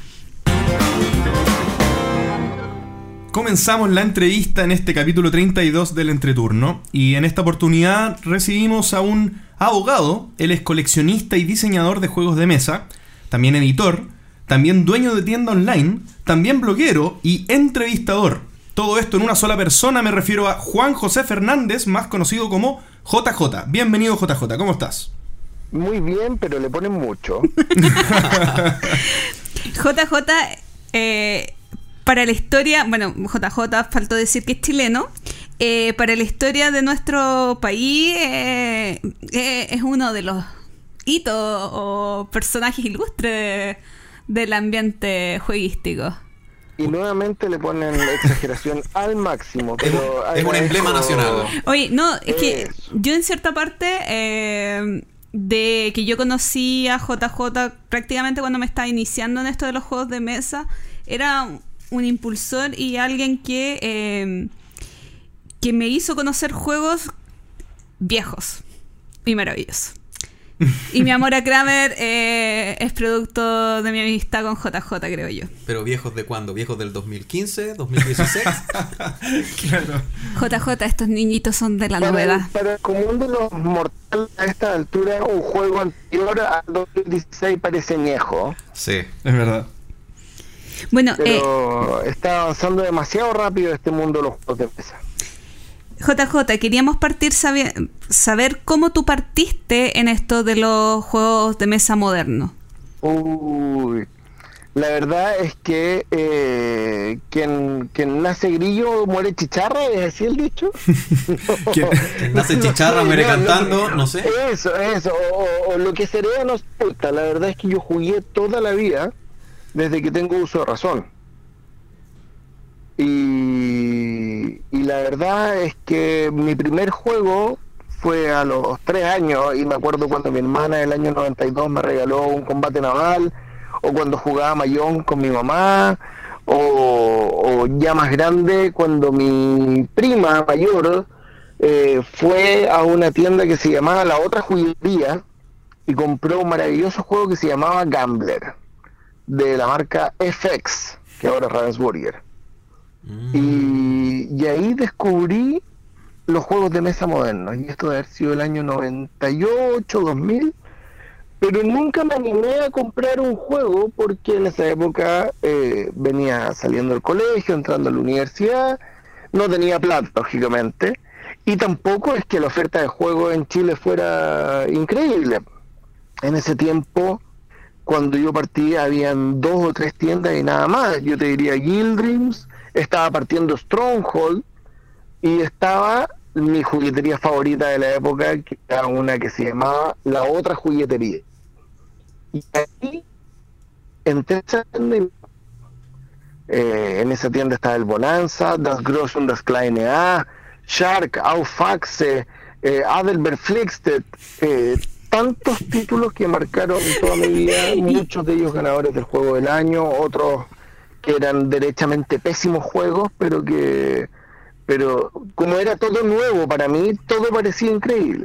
Comenzamos la entrevista en este capítulo 32 del Entreturno, y en esta oportunidad recibimos a un abogado. Él es coleccionista y diseñador de juegos de mesa, también editor, también dueño de tienda online, también bloguero y entrevistador. Todo esto en una sola persona. Me refiero a Juan José Fernández, más conocido como JJ. Bienvenido, JJ, ¿cómo estás? Muy bien, pero le ponen mucho. JJ, para la historia, bueno, JJ faltó decir que es chileno, para la historia de nuestro país es uno de los hitos o personajes ilustres del ambiente jueguístico. Y nuevamente le ponen la exageración al máximo. Pero es un emblema nacional. Oye, no, es que yo en cierta parte de que yo conocí a JJ prácticamente cuando me estaba iniciando en esto de los juegos de mesa, era un impulsor y alguien que me hizo conocer juegos viejos y maravillosos. Y mi amor a Kramer es producto de mi amistad con JJ, creo yo. ¿Pero viejos de cuándo? ¿Viejos del 2015? ¿2016? Claro. JJ, estos niñitos son de la novedad. Para el común de los mortales a esta altura, un juego anterior al 2016 parece añejo. Sí, Es verdad. Bueno, Pero está avanzando demasiado rápido este mundo de los juegos de mesa. JJ, queríamos saber cómo tú partiste en esto de los juegos de mesa modernos. Uy, la verdad es que quien nace grillo muere chicharra, ¿es así el dicho? ¿Quién? quien nace chicharra muere cantando, no sé. Eso, o lo que se hereda no se oculta. La verdad es que yo jugué toda la vida desde que tengo uso de razón. Y la verdad es que mi primer juego fue a los 3 años, y me acuerdo cuando mi hermana en el año 92 me regaló un combate naval, o cuando jugaba Mahjong con mi mamá, o ya más grande cuando mi prima mayor fue a una tienda que se llamaba La Otra Juguetería y compró un maravilloso juego que se llamaba Gambler, de la marca FX, que ahora es Ravensburger. Y ahí descubrí los juegos de mesa modernos, y esto debe haber sido el año 98, 2000, pero nunca me animé a comprar un juego porque en esa época venía saliendo del colegio, entrando a la universidad, no tenía plata, lógicamente, y tampoco es que la oferta de juegos en Chile fuera increíble. En ese tiempo, cuando yo partí, habían 2 o 3 tiendas y nada más. Yo te diría Guild Dreams, estaba partiendo Stronghold, y estaba mi juguetería favorita de la época, que era una que se llamaba La Otra Juguetería. Y ahí entré a esa tienda, en esa tienda estaba el Bonanza, Das Groß und das Kleine A, Shark, Aufaxe, Adelbert Flixted, tantos títulos que marcaron toda mi vida, muchos de ellos ganadores del juego del año, otros que eran derechamente pésimos juegos, pero como era todo nuevo para mí, todo parecía increíble.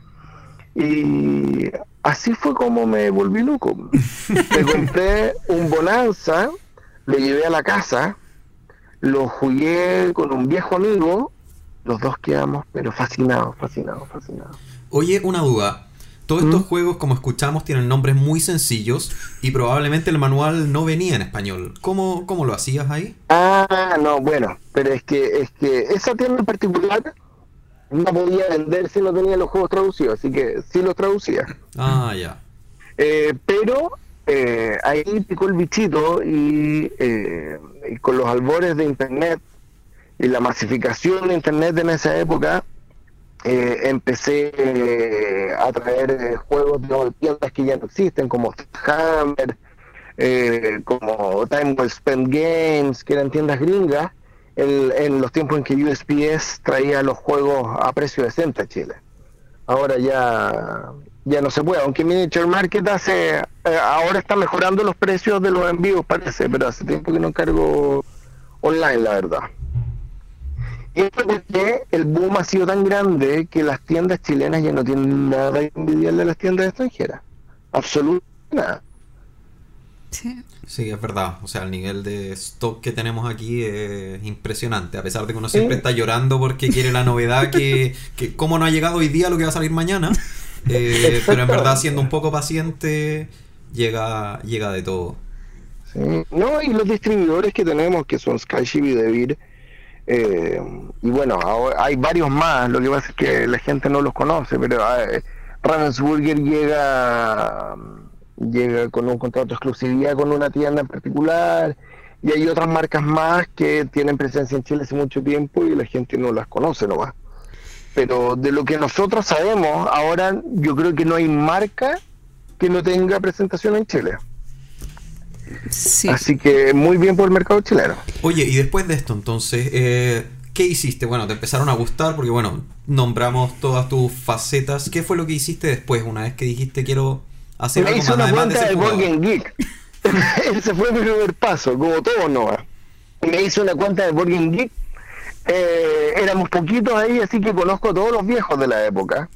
Y así fue como me volví loco. Me compré un Bonanza, lo llevé a la casa, lo jugué con un viejo amigo, los dos quedamos pero fascinados. Oye, una duda. Todos estos juegos, como escuchamos, tienen nombres muy sencillos y probablemente el manual no venía en español. ¿Cómo lo hacías ahí? No, bueno, pero es que esa tienda en particular no podía vender si no tenía los juegos traducidos, así que sí los traducía. Ya. Pero ahí picó el bichito y con los albores de internet y la masificación de internet en esa época, empecé a traer juegos de tiendas que ya no existen, como Hammer, como Time Well Spent Games, que eran tiendas gringas, en los tiempos en que USPS traía los juegos a precio decente a Chile. Ahora ya no se puede, aunque Miniature Market ahora está mejorando los precios de los envíos, parece, pero hace tiempo que no cargo online, la verdad. Y es porque el boom ha sido tan grande que las tiendas chilenas ya no tienen nada que envidiarle a las tiendas extranjeras. Absolutamente nada. Sí, es verdad. O sea, el nivel de stock que tenemos aquí es impresionante. A pesar de que uno siempre está llorando porque quiere la novedad que cómo no ha llegado hoy día lo que va a salir mañana. Pero en verdad, siendo un poco paciente, llega de todo. Sí. No, y los distribuidores que tenemos, que son Skyship y Devir, y bueno, ahora hay varios más, lo que pasa es que la gente no los conoce, pero Ravensburger llega con un contrato de exclusividad con una tienda en particular, y hay otras marcas más que tienen presencia en Chile hace mucho tiempo y la gente no las conoce nomás. Pero de lo que nosotros sabemos, ahora yo creo que no hay marca que no tenga presentación en Chile. Sí. Así que muy bien por el mercado chileno. Oye, y después de esto, entonces, ¿qué hiciste? Bueno, te empezaron a gustar porque, bueno, nombramos todas tus facetas. ¿Qué fue lo que hiciste después, una vez que dijiste quiero hacer Me algo hice más una además de cuenta ser de Board jugador? Game Geek. Ese fue mi primer paso, como todo no va. Me hice una cuenta de Board Game Geek. Éramos poquitos ahí, así que conozco a todos los viejos de la época.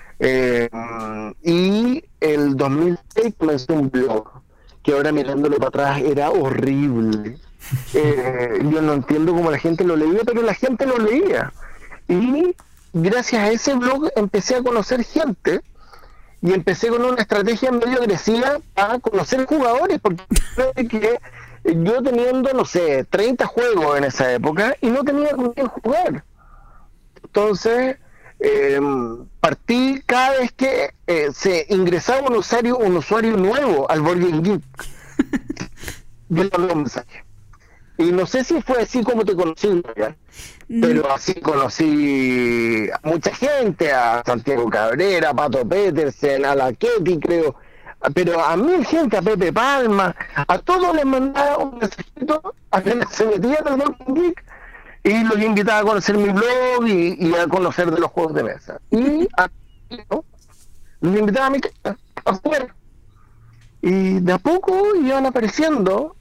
Y el 2006 comencé un blog, que ahora mirándolo para atrás era horrible. Yo no entiendo cómo la gente lo leía, pero la gente lo leía. Y gracias a ese blog empecé a conocer gente y empecé con una estrategia medio agresiva a conocer jugadores, porque que yo teniendo, no sé, 30 juegos en esa época y no tenía con quién jugar. Entonces, partí cada vez que se ingresaba un usuario nuevo al Board Game Geek. Yo le mandé un mensaje. Y no sé si fue así como te conocí, ¿ya? Pero así conocí a mucha gente, a Santiago Cabrera, a Pato Petersen, a la Ketty, creo, pero a 1000 gente, a Pepe Palma, a todos les mandaba un mensajito, apenas se metían al Board Game Geek y los invitaba a conocer mi blog y a conocer de los juegos de mesa. Y ¿no? Los invitaba a mi casa, a jugar. Y de a poco iban apareciendo.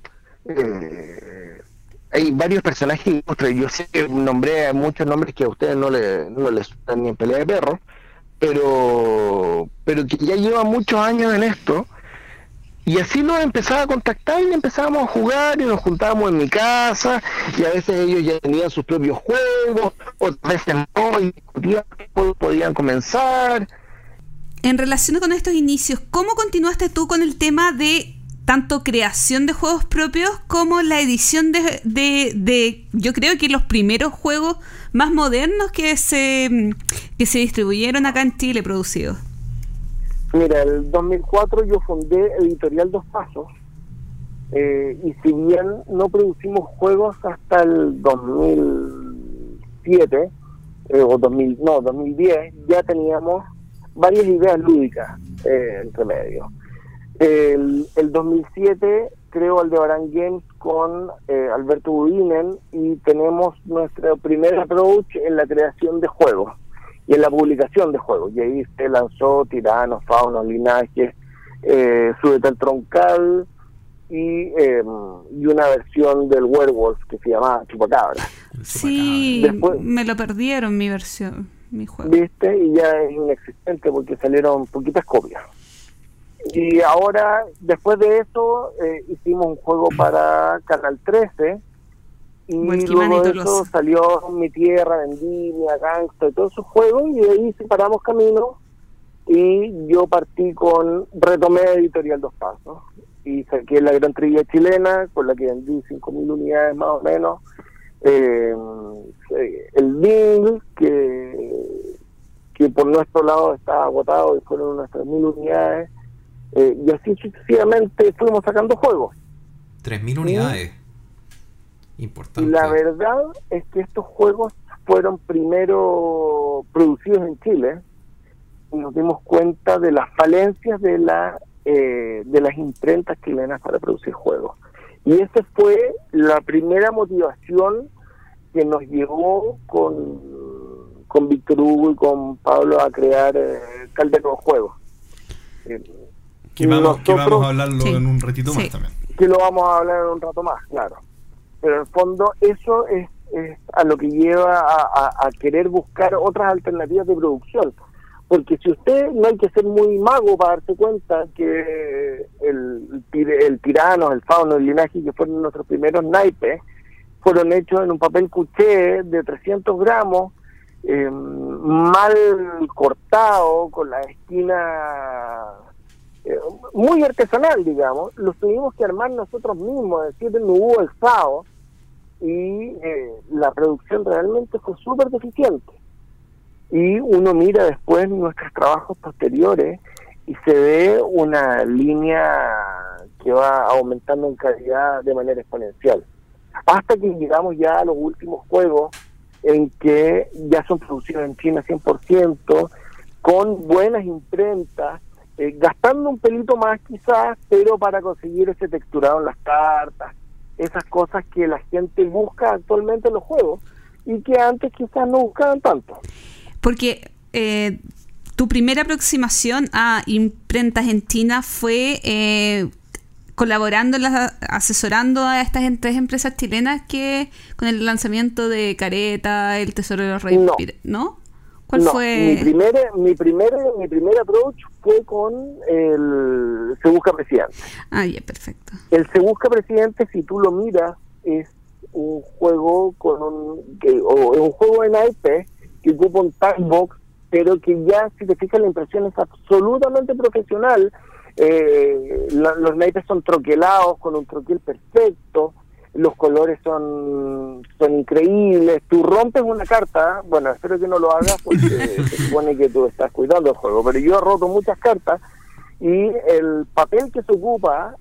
Hay varios personajes ilustres. Yo sé que nombré muchos nombres que a ustedes no les suenan ni en pelea de perros, pero que ya llevan muchos años en esto. Y así nos empezaba a contactar y empezábamos a jugar y nos juntábamos en mi casa y a veces ellos ya tenían sus propios juegos, otras veces no, y discutían qué juegos podían comenzar. En relación con estos inicios, ¿cómo continuaste tú con el tema de tanto creación de juegos propios como la edición de yo creo que los primeros juegos más modernos que se distribuyeron acá en Chile producidos? Mira, el 2004 yo fundé Editorial Dos Pasos, y si bien no producimos juegos hasta el 2007, o 2010, ya teníamos varias ideas lúdicas entre medio. El 2007 creo Aldebarán Games con Alberto Budinen y tenemos nuestro primer approach en la creación de juegos y en la publicación de juegos, y ahí se lanzó Tiranos, Faunos, Linajes, Súbete al Troncal y una versión del Werewolf que se llamaba Chupacabra. Sí, después, me lo perdieron mi versión, mi juego. ¿Viste? Y ya es inexistente porque salieron poquitas copias. Y ahora, después de eso, hicimos un juego para Canal 13 y luego de eso salió Mi Tierra, Vendimia, Gangsta y todos esos juegos, y de ahí separamos caminos y yo retomé Editorial Dos Pasos y saqué la Gran Trivia Chilena, con la que vendí 5.000 unidades más o menos, el Bing, que por nuestro lado estaba agotado y fueron unas 3.000 unidades, y así sucesivamente fuimos sacando juegos. 3.000 unidades. Importante. Y la verdad es que estos juegos fueron primero producidos en Chile y nos dimos cuenta de las falencias de las imprentas chilenas para producir juegos. Y esa fue la primera motivación que nos llevó con Víctor Hugo y con Pablo a crear Calderón Juegos. Que vamos a hablarlo en un ratito más también. Que lo vamos a hablar en un rato más, claro. Pero en el fondo eso es a lo que lleva a querer buscar otras alternativas de producción. Porque si usted, no hay que ser muy mago para darse cuenta que el Tirano, el Fauno, el Linaje, que fueron nuestros primeros naipes, fueron hechos en un papel cuché de 300 gramos, mal cortado, con la esquina muy artesanal, digamos. Los tuvimos que armar nosotros mismos, es decir, no hubo alzado, y la producción realmente fue súper deficiente. Y uno mira después nuestros trabajos posteriores y se ve una línea que va aumentando en calidad de manera exponencial. hasta que llegamos ya a los últimos juegos en que ya son producidos en China 100%, con buenas imprentas, gastando un pelito más quizás, pero para conseguir ese texturado en las cartas, esas cosas que la gente busca actualmente en los juegos y que antes quizás no buscaban tanto. Porque tu primera aproximación a imprentas en China fue colaborando, asesorando a estas tres empresas chilenas que con el lanzamiento de Careta, El Tesoro de los Reyes, ¿no? ¿Cuál fue? Mi primer approach fue con el Se Busca Presidente. Ah, ya, perfecto. El Se Busca Presidente, si tú lo miras, es un juego es un juego en naipes que ocupa un tagbox, pero que ya, si te fijas, la impresión es absolutamente profesional. Los naipes son troquelados con un troquel perfecto, los colores son increíbles. Tú rompes una carta, bueno, espero que no lo hagas porque se supone que tú estás cuidando el juego, pero yo he roto muchas cartas y el papel que se ocupa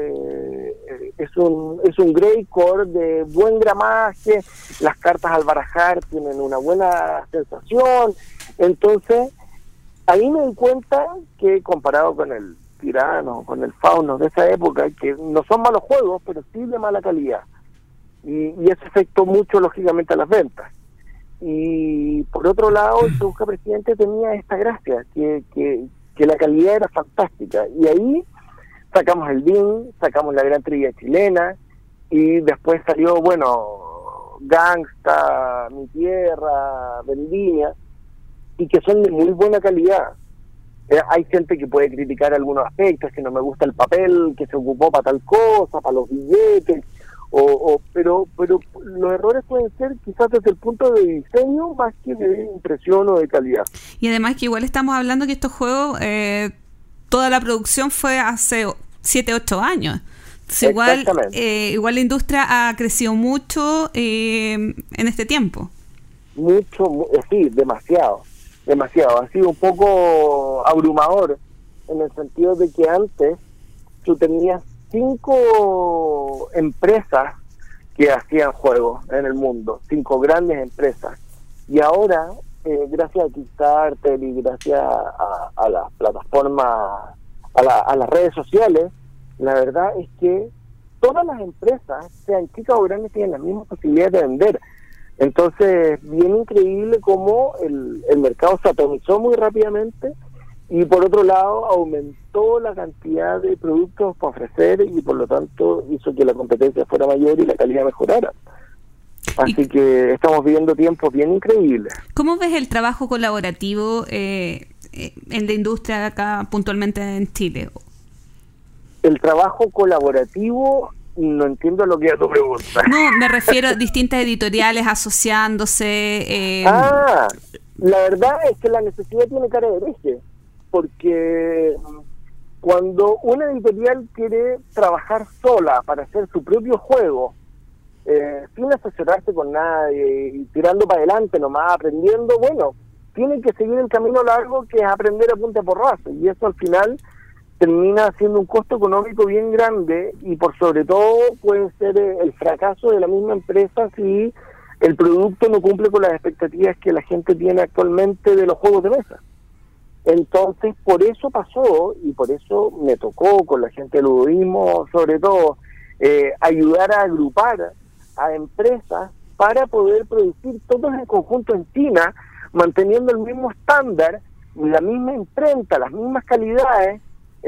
es un gray core de buen gramaje, las cartas al barajar tienen una buena sensación. Entonces ahí me di cuenta que comparado con el Tirano, con el Fauno de esa época, que no son malos juegos, pero sí de mala calidad, y eso afectó mucho lógicamente a las ventas. Y por otro lado, el Se Busca Presidente tenía esta gracia, que la calidad era fantástica, y ahí sacamos el BIN, sacamos la Gran Trivia Chilena, y después salió, bueno, Gangsta, Mi Tierra, Vendimia, y que son de muy buena calidad. Hay gente que puede criticar algunos aspectos, que no me gusta el papel que se ocupó para tal cosa, para los billetes, pero los errores pueden ser quizás desde el punto de diseño más que de impresión o de calidad. Y además que igual estamos hablando que estos juegos, toda la producción fue hace 7, 8 años. Entonces, igual la industria ha crecido mucho en este tiempo. Sí, demasiado. Ha sido un poco abrumador en el sentido de que antes tú tenías 5 empresas que hacían juegos en el mundo, 5 grandes empresas, y ahora gracias a Kickstarter y gracias a las plataformas, a las redes sociales, la verdad es que todas las empresas, sean chicas o grandes, tienen las mismas posibilidades de vender. Entonces, bien increíble cómo el mercado se atomizó muy rápidamente y por otro lado aumentó la cantidad de productos para ofrecer y por lo tanto hizo que la competencia fuera mayor y la calidad mejorara. Así que estamos viviendo tiempos bien increíbles. ¿Cómo ves el trabajo colaborativo en la industria acá puntualmente en Chile? El trabajo colaborativo... No entiendo lo que es tu pregunta. No, me refiero a distintas editoriales asociándose. La verdad es que la necesidad tiene cara de hereje, porque cuando una editorial quiere trabajar sola para hacer su propio juego, sin asesorarse con nadie, y tirando para adelante nomás, aprendiendo, bueno, tiene que seguir el camino largo que es aprender a punta de porrazo, y eso al final termina siendo un costo económico bien grande y por sobre todo puede ser el fracaso de la misma empresa si el producto no cumple con las expectativas que la gente tiene actualmente de los juegos de mesa. Entonces, por eso pasó y por eso me tocó con la gente del ludismo, sobre todo, ayudar a agrupar a empresas para poder producir todos en conjunto en China, manteniendo el mismo estándar, la misma imprenta, las mismas calidades,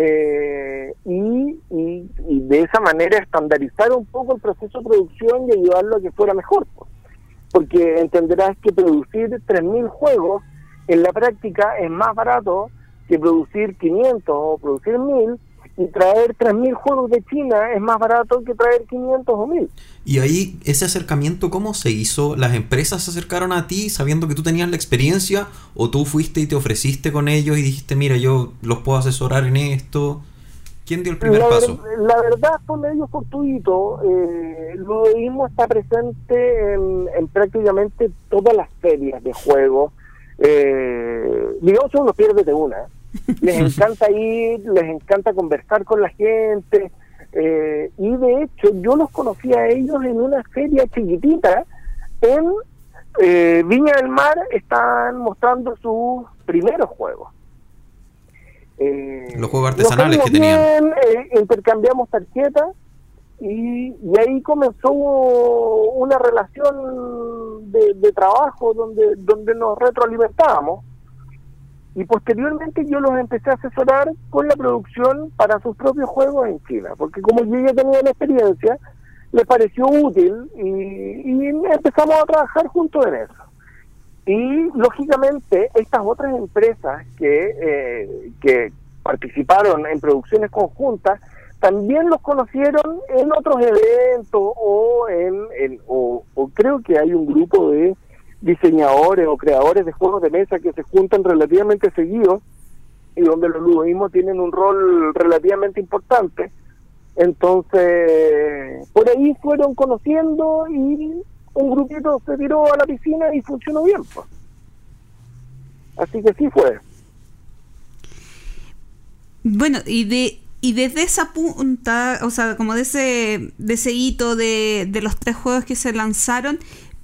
y de esa manera estandarizar un poco el proceso de producción y ayudarlo a que fuera mejor, porque entenderás que producir 3.000 juegos en la práctica es más barato que producir 500 o producir 1.000, y traer 3.000 juegos de China es más barato que traer 500 o 1.000. Y ahí, ese acercamiento, ¿cómo se hizo? ¿Las empresas se acercaron a ti sabiendo que tú tenías la experiencia? ¿O tú fuiste y te ofreciste con ellos y dijiste, mira, yo los puedo asesorar en esto? ¿Quién dio el primer paso? La verdad fue medio fortuito. El ludismo está presente en prácticamente todas las ferias de juegos. Digamos que uno pierde de una. Les encanta ir, les encanta conversar con la gente, Y de hecho yo los conocí a ellos en una feria chiquitita en Viña del Mar. Están mostrando sus primeros juegos. Los juegos artesanales que tenían. Intercambiamos tarjetas y ahí comenzó una relación de trabajo donde nos retroalimentábamos. Y posteriormente yo los empecé a asesorar con la producción para sus propios juegos en China, porque como yo ya tenía la experiencia, les pareció útil y empezamos a trabajar juntos en eso. Y lógicamente estas otras empresas que participaron en producciones conjuntas también los conocieron en otros eventos o creo que hay un grupo de diseñadores o creadores de juegos de mesa que se juntan relativamente seguidos y donde los ludismos tienen un rol relativamente importante. Entonces, por ahí fueron conociendo y un grupito se tiró a la piscina y funcionó bien, pues. Así que sí fue. Bueno, y desde esa punta, o sea, como de ese hito de los 3 juegos que se lanzaron,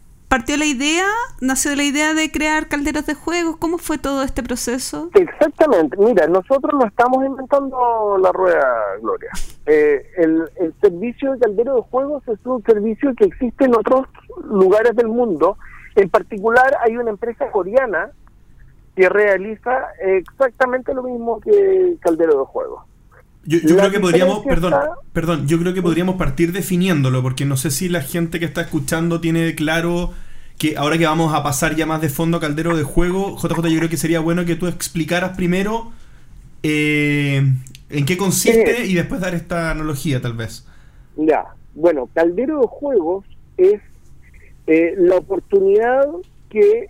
nació la idea de crear calderos de juegos. ¿Cómo fue todo este proceso? Exactamente. Mira, nosotros no estamos inventando la rueda, Gloria. El servicio de caldero de juegos es un servicio que existe en otros lugares del mundo. En particular, hay una empresa coreana que realiza exactamente lo mismo que caldero de juegos. Yo creo que podríamos, yo creo que podríamos partir definiéndolo, porque no sé si la gente que está escuchando tiene claro que ahora que vamos a pasar ya más de fondo a caldero de juego, JJ, yo creo que sería bueno que tú explicaras primero en qué consiste y después dar esta analogía, tal vez. Ya, bueno, caldero de juegos es la oportunidad que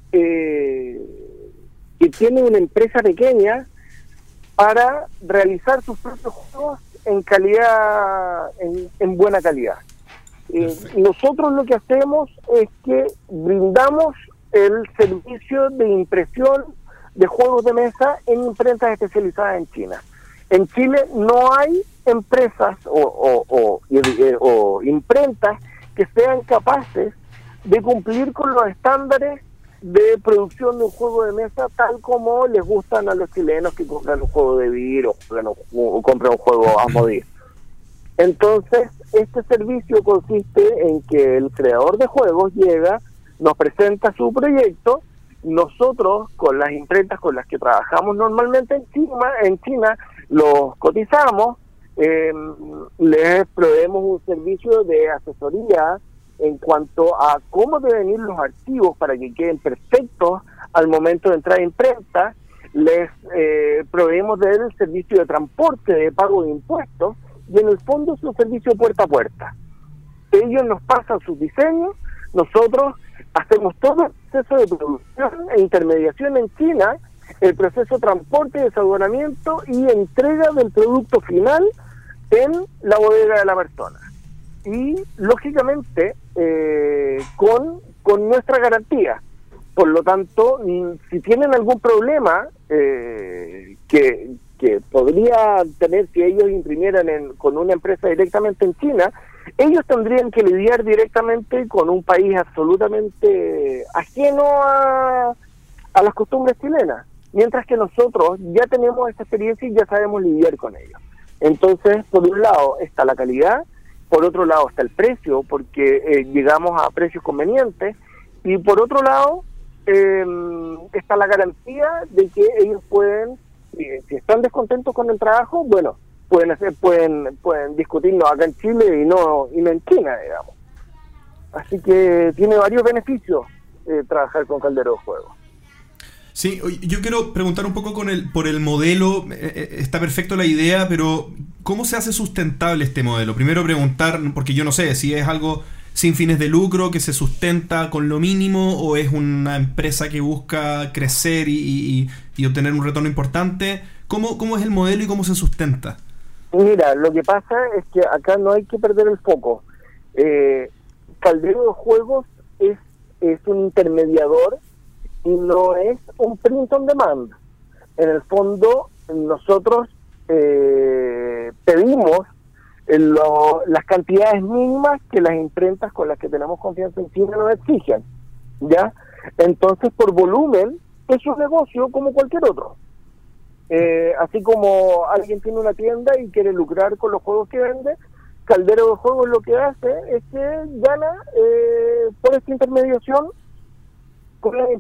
tiene una empresa pequeña para realizar sus propios juegos en calidad, en buena calidad. Nosotros lo que hacemos es que brindamos el servicio de impresión de juegos de mesa en imprentas especializadas en China. En Chile no hay empresas o imprentas que sean capaces de cumplir con los estándares de producción de un juego de mesa tal como les gustan a los chilenos que compran un juego de Vir o compran un juego Asmodee. Entonces, este servicio consiste en que el creador de juegos llega, nos presenta su proyecto, nosotros con las imprentas con las que trabajamos normalmente en China los cotizamos, les proveemos un servicio de asesoría en cuanto a cómo deben ir los archivos para que queden perfectos al momento de entrar a imprenta, les proveemos del servicio de transporte, de pago de impuestos, y en el fondo es un servicio puerta a puerta. Ellos nos pasan sus diseños, nosotros hacemos todo el proceso de producción e intermediación en China, el proceso de transporte, desaduanamiento y entrega del producto final en la bodega de la persona. Y lógicamente con nuestra garantía. Por lo tanto, si tienen algún problema que podría tener si ellos imprimieran con una empresa directamente en China, ellos tendrían que lidiar directamente con un país absolutamente ajeno a las costumbres chilenas, mientras que nosotros ya tenemos esa experiencia y ya sabemos lidiar con ellos. Entonces, por un lado está la calidad, por otro lado está el precio, porque llegamos a precios convenientes, y por otro lado está la garantía de que ellos pueden, si están descontentos con el trabajo, bueno, pueden discutirnos acá en Chile y no en China, digamos. Así que tiene varios beneficios trabajar con Caldero de Juego. Sí, yo quiero preguntar un poco por el modelo. Está perfecto la idea, pero ¿cómo se hace sustentable este modelo? Primero preguntar, porque yo no sé si es algo sin fines de lucro que se sustenta con lo mínimo o es una empresa que busca crecer y obtener un retorno importante. ¿Cómo es el modelo y cómo se sustenta? Mira, lo que pasa es que acá no hay que perder el foco. Caldero de Juegos es un intermediador y no es un print on demand. En el fondo, nosotros pedimos las cantidades mínimas que las imprentas con las que tenemos confianza en Chile nos exigen, ¿ya? Entonces, por volumen, es un negocio como cualquier otro. Así como alguien tiene una tienda y quiere lucrar con los juegos que vende, Caldero de Juegos lo que hace es que gana por esta intermediación con las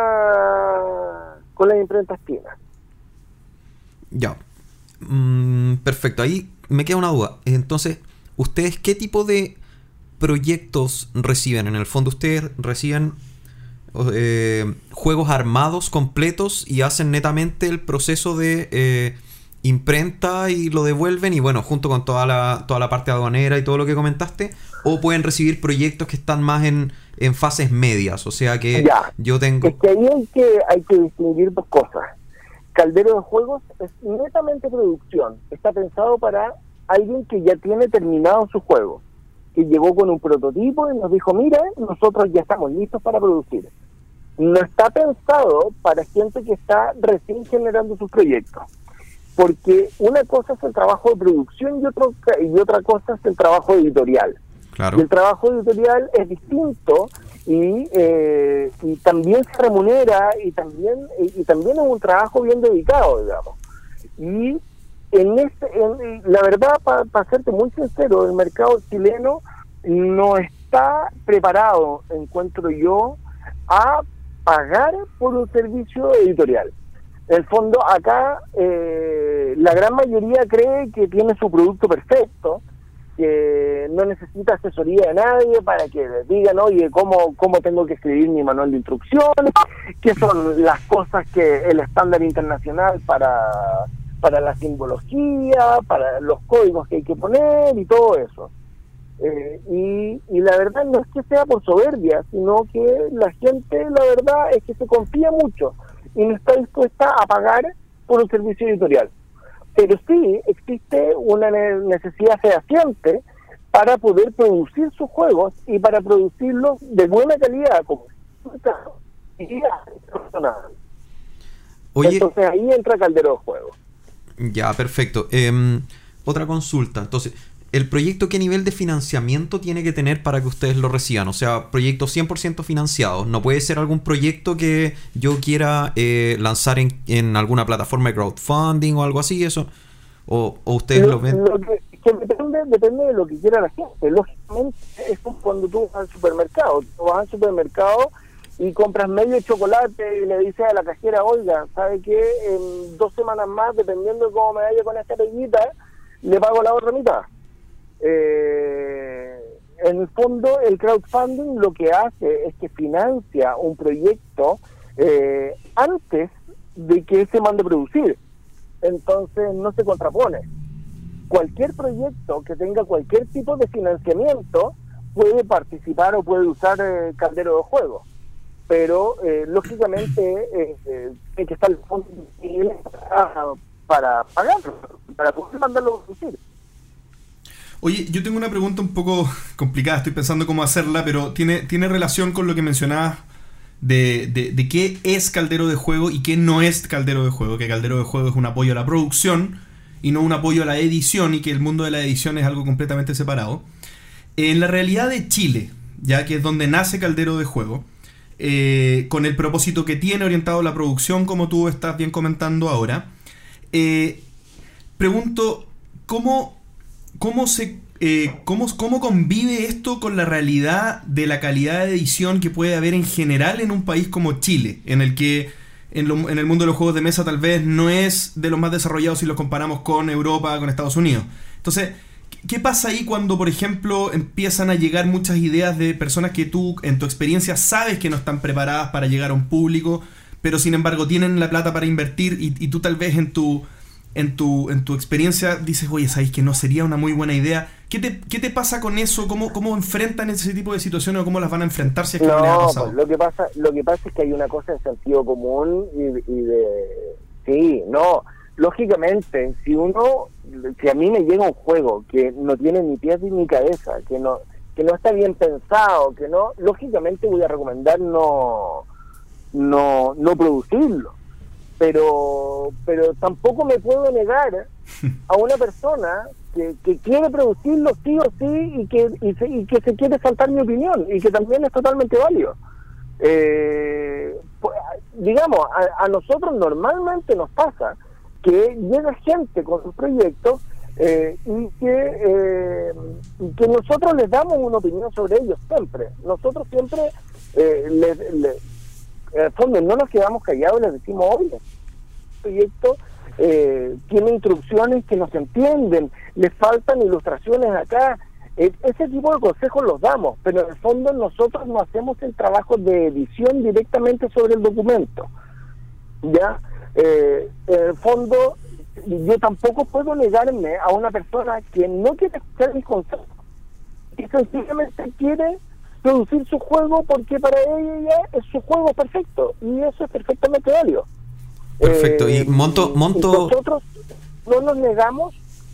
imprentas chinas. Ya. Perfecto. Ahí me queda una duda. Entonces, ¿ustedes qué tipo de proyectos reciben? En el fondo, ¿ustedes reciben juegos armados completos y hacen netamente el proceso de imprenta y lo devuelven y bueno, junto con toda la parte aduanera y todo lo que comentaste? ¿O pueden recibir proyectos que están más en fases medias? O sea que ya, yo tengo... Es que ahí hay que distinguir dos cosas. Caldero de Juegos es netamente producción. Está pensado para alguien que ya tiene terminado su juego, que llegó con un prototipo y nos dijo, mira, nosotros ya estamos listos para producir. No está pensado para gente que está recién generando sus proyectos, porque una cosa es el trabajo de producción y otra cosa es el trabajo editorial. Claro. Y el trabajo editorial es distinto y también se remunera y también es un trabajo bien dedicado, digamos. Y la verdad, para serte muy sincero, el mercado chileno no está preparado, encuentro yo, a pagar por un servicio editorial. En el fondo, acá la gran mayoría cree que tiene su producto perfecto, que no necesita asesoría de nadie para que les digan, oye, cómo tengo que escribir mi manual de instrucciones, qué son las cosas que el estándar internacional para la simbología, para los códigos que hay que poner y todo eso. Y la verdad no es que sea por soberbia, sino que la gente, la verdad, es que se confía mucho y no está dispuesta a pagar por un servicio editorial. Pero sí existe una necesidad fehaciente para poder producir sus juegos y para producirlos de buena calidad, como Oye, entonces ahí entra Caldero de Juegos. Ya, perfecto. Otra consulta. Entonces, ¿el proyecto qué nivel de financiamiento tiene que tener para que ustedes lo reciban? O sea, proyectos 100% financiados. ¿No puede ser algún proyecto que yo quiera lanzar en alguna plataforma de crowdfunding o algo así? ¿Eso? ¿O ustedes lo ven? Depende de lo que quiera la gente. Lógicamente, es como cuando tú vas al supermercado. Tú vas al supermercado y compras medio chocolate y le dices a la cajera, oiga, ¿sabe qué? En 2 semanas más, dependiendo de cómo me vaya con esta peguita, le pago la otra mitad. En el fondo, el crowdfunding lo que hace es que financia un proyecto antes de que se mande a producir. Entonces no se contrapone. Cualquier proyecto que tenga cualquier tipo de financiamiento puede participar o puede usar Caldero de Juegos, pero lógicamente hay que estar el fondo para pagarlo, para poder mandarlo a producir. Oye, yo tengo una pregunta un poco complicada, estoy pensando cómo hacerla, pero tiene relación con lo que mencionabas de qué es Caldero de Juego y qué no es Caldero de Juego, que Caldero de Juego es un apoyo a la producción y no un apoyo a la edición, y que el mundo de la edición es algo completamente separado. En la realidad de Chile, ya que es donde nace Caldero de Juego, con el propósito que tiene orientado a la producción, como tú estás bien comentando ahora, pregunto, ¿cómo convive esto con la realidad de la calidad de edición que puede haber en general en un país como Chile, en el que en el mundo de los juegos de mesa tal vez no es de los más desarrollados si los comparamos con Europa, con Estados Unidos? Entonces, ¿qué pasa ahí cuando, por ejemplo, empiezan a llegar muchas ideas de personas que tú, en tu experiencia, sabes que no están preparadas para llegar a un público, pero sin embargo tienen la plata para invertir y tú tal vez en tu experiencia dices, oye, ¿sabes que no sería una muy buena idea? ¿Qué te pasa con eso? ¿Cómo enfrentan ese tipo de situaciones o cómo las van a enfrentar si es que no les ha pasado? Pues lo que pasa es que hay una cosa de sentido común y de... Sí, no, lógicamente, si a mí me llega un juego que no tiene ni pies ni cabeza, que no está bien pensado, lógicamente voy a recomendar no producirlo. pero tampoco me puedo negar a una persona que quiere producirlo sí o sí y que se quiere saltar mi opinión, y que también es totalmente válido. Digamos, a nosotros normalmente nos pasa que llega gente con sus proyectos y que nosotros les damos una opinión sobre ellos siempre. Nosotros siempre en el fondo no nos quedamos callados y les decimos, oye, el proyecto tiene instrucciones que no se entienden, les faltan ilustraciones acá. Ese tipo de consejos los damos, pero en el fondo nosotros no hacemos el trabajo de edición directamente sobre el documento. ¿Ya? En el fondo, yo tampoco puedo negarme a una persona que no quiere escuchar mis consejos, que sencillamente quiere producir su juego porque para ella es su juego perfecto, y eso es perfectamente válido. Perfecto. Y monto... Nosotros no nos negamos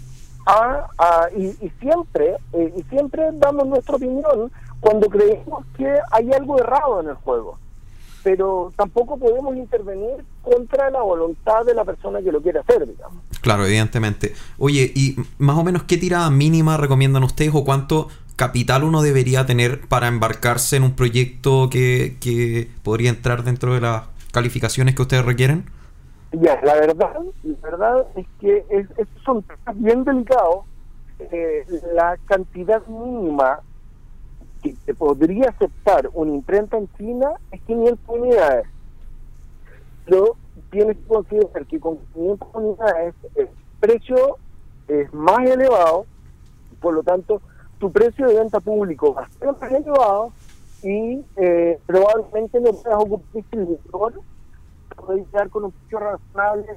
y siempre damos nuestra opinión cuando creemos que hay algo errado en el juego, pero tampoco podemos intervenir contra la voluntad de la persona que lo quiere hacer, digamos. Claro, evidentemente. Oye, ¿y más o menos qué tirada mínima recomiendan ustedes o cuánto capital uno debería tener para embarcarse en un proyecto que podría entrar dentro de las calificaciones que ustedes requieren? Ya, la verdad es que estos son temas bien delicados. La cantidad mínima que podría aceptar una imprenta en China es 500 unidades. Pero tienes que considerar que con 500 unidades el precio es más elevado, por lo tanto tu precio de venta público va a ser más elevado y probablemente no puedas ocupar distribuidor, podéis quedar con un precio razonable.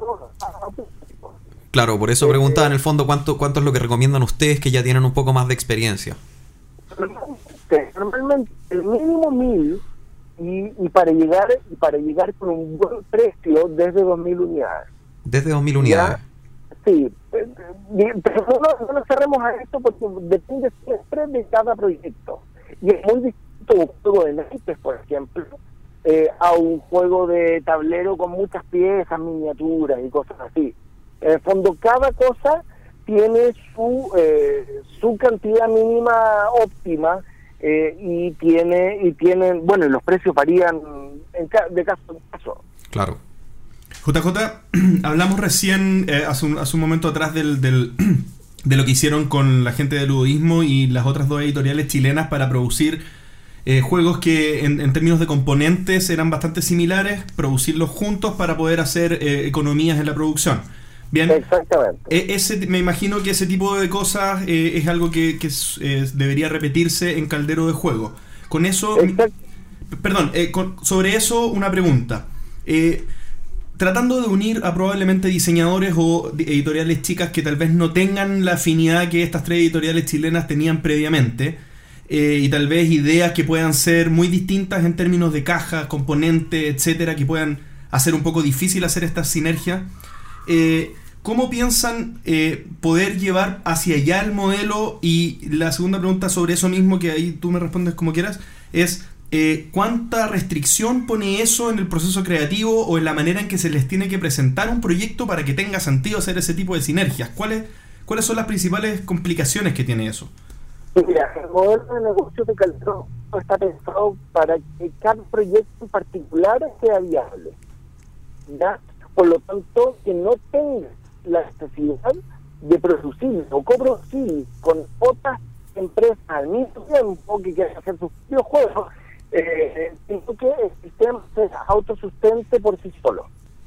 Claro, por eso preguntaba en el fondo cuánto es lo que recomiendan ustedes que ya tienen un poco más de experiencia. Normalmente el mínimo 1000 y para llegar con un buen precio desde 2000 unidades. Desde 2000 unidades. Sí, pero no nos cerremos a esto porque depende siempre de cada proyecto. Y es muy distinto un juego de naipes, por ejemplo, a un juego de tablero con muchas piezas, miniaturas y cosas así. En el fondo, cada cosa tiene su cantidad mínima óptima y tienen, bueno, los precios varían de caso en caso. Claro. JJ, hablamos recién, hace un momento atrás de lo que hicieron con la gente de Ludodismo y las otras dos editoriales chilenas para producir juegos que en términos de componentes eran bastante similares, producirlos juntos para poder hacer economías en la producción. Bien. Exactamente. Me imagino que ese tipo de cosas es algo que debería repetirse en Caldero de Juego. Con eso, sobre eso una pregunta. Tratando de unir a probablemente diseñadores o editoriales chicas que tal vez no tengan la afinidad que estas tres editoriales chilenas tenían previamente, y tal vez ideas que puedan ser muy distintas en términos de caja, componente, etcétera, que puedan hacer un poco difícil hacer esta sinergia. ¿Cómo piensan poder llevar hacia allá el modelo? Y la segunda pregunta sobre eso mismo, que ahí tú me respondes como quieras, es ¿cuánta restricción pone eso en el proceso creativo o en la manera en que se les tiene que presentar un proyecto para que tenga sentido hacer ese tipo de sinergias? ¿Cuáles son las principales complicaciones que tiene eso? Mira, el modelo de negocio de Caldero está pensado para que cada proyecto en particular sea viable, ¿ya? Por lo tanto, que no tenga la necesidad de producir o coproducir con otras empresas al mismo tiempo que quieran hacer sus propios juegos, sino que el sistema se autosustente por sí solo.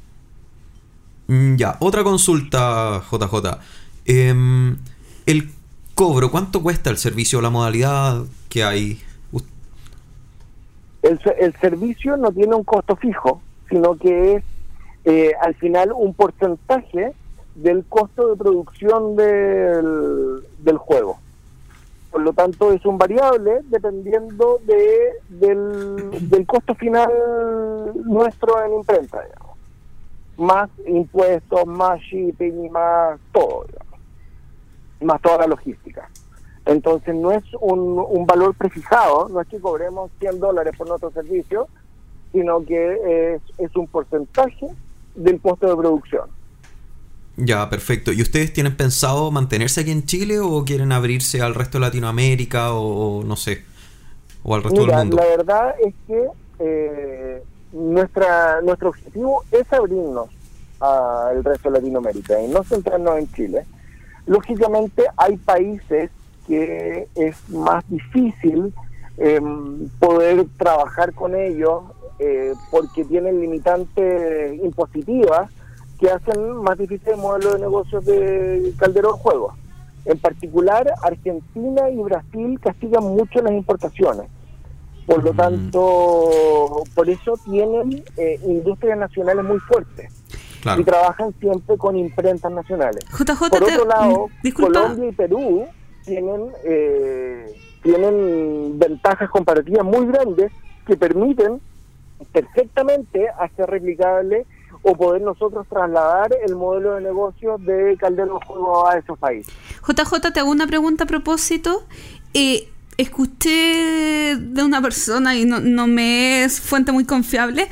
Ya, otra consulta, JJ. El cobro, ¿cuánto cuesta el servicio o la modalidad que hay? El servicio no tiene un costo fijo, sino que es al final un porcentaje del costo de producción del juego. Por lo tanto, es un variable dependiendo del costo final nuestro en imprenta, digamos. Más impuestos, más shipping, más todo, digamos. Más toda la logística. Entonces no es un valor prefijado, no es que cobremos $100 por nuestro servicio, sino que es un porcentaje del costo de producción. Ya, perfecto. ¿Y ustedes tienen pensado mantenerse aquí en Chile o quieren abrirse al resto de Latinoamérica o no sé, o al resto del mundo? La verdad es que nuestro objetivo es abrirnos al resto de Latinoamérica y no centrarnos en Chile. Lógicamente hay países que es más difícil poder trabajar con ellos porque tienen limitantes impositivas que hacen más difícil el modelo de negocios de Caldero de Juegos. En particular, Argentina y Brasil castigan mucho las importaciones. Por lo tanto, por eso tienen industrias nacionales muy fuertes. Claro. Y trabajan siempre con imprentas nacionales. JJ, por otro lado, disculpa. Colombia y Perú tienen ventajas comparativas muy grandes que permiten perfectamente hacer replicable o poder nosotros trasladar el modelo de negocio de Caldero de Juegos a esos países. JJ, te hago una pregunta a propósito. Escuché de una persona y no me es fuente muy confiable.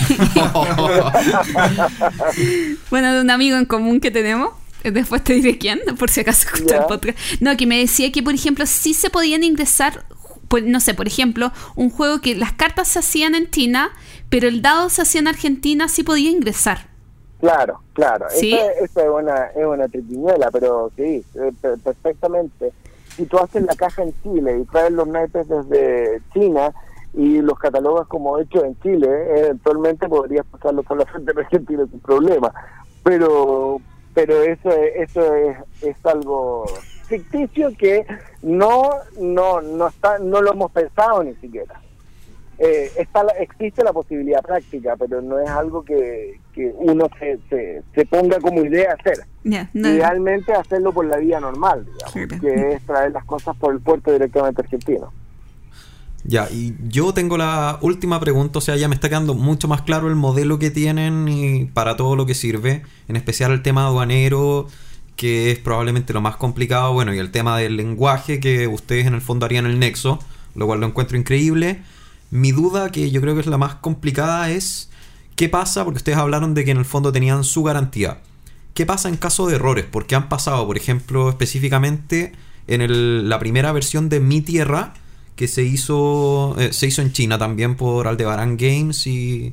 Bueno, de un amigo en común que tenemos. Después te diré quién, por si acaso escuché el podcast. No, que me decía que, por ejemplo, sí se podían ingresar, pues, no sé, por ejemplo, un juego que las cartas se hacían en China, pero el dado se hacía en Argentina, sí podía ingresar. Claro. ¿Sí? Esa es una triquiñuela, pero sí, perfectamente. Si tú haces la caja en Chile y traes los naipes desde China y los catalogas como hechos en Chile, eventualmente podrías pasarlo por la frente de Argentina sin problema. Pero eso es algo ficticio que no lo hemos pensado ni siquiera. Existe la posibilidad práctica, pero no es algo que uno se ponga como idea hacer. Idealmente hacerlo por la vía normal, digamos, que es traer las cosas por el puerto directamente argentino. Ya, y yo tengo la última pregunta, o sea, ya me está quedando mucho más claro el modelo que tienen y para todo lo que sirve, en especial el tema aduanero, que es probablemente lo más complicado, bueno, y el tema del lenguaje, que ustedes en el fondo harían el nexo, lo cual lo encuentro increíble. Mi duda, que yo creo que es la más complicada, es ¿qué pasa? Porque ustedes hablaron de que en el fondo tenían su garantía. ¿Qué pasa en caso de errores? Porque han pasado, por ejemplo, específicamente en la primera versión de Mi Tierra, que se hizo en China también por Aldebaran Games y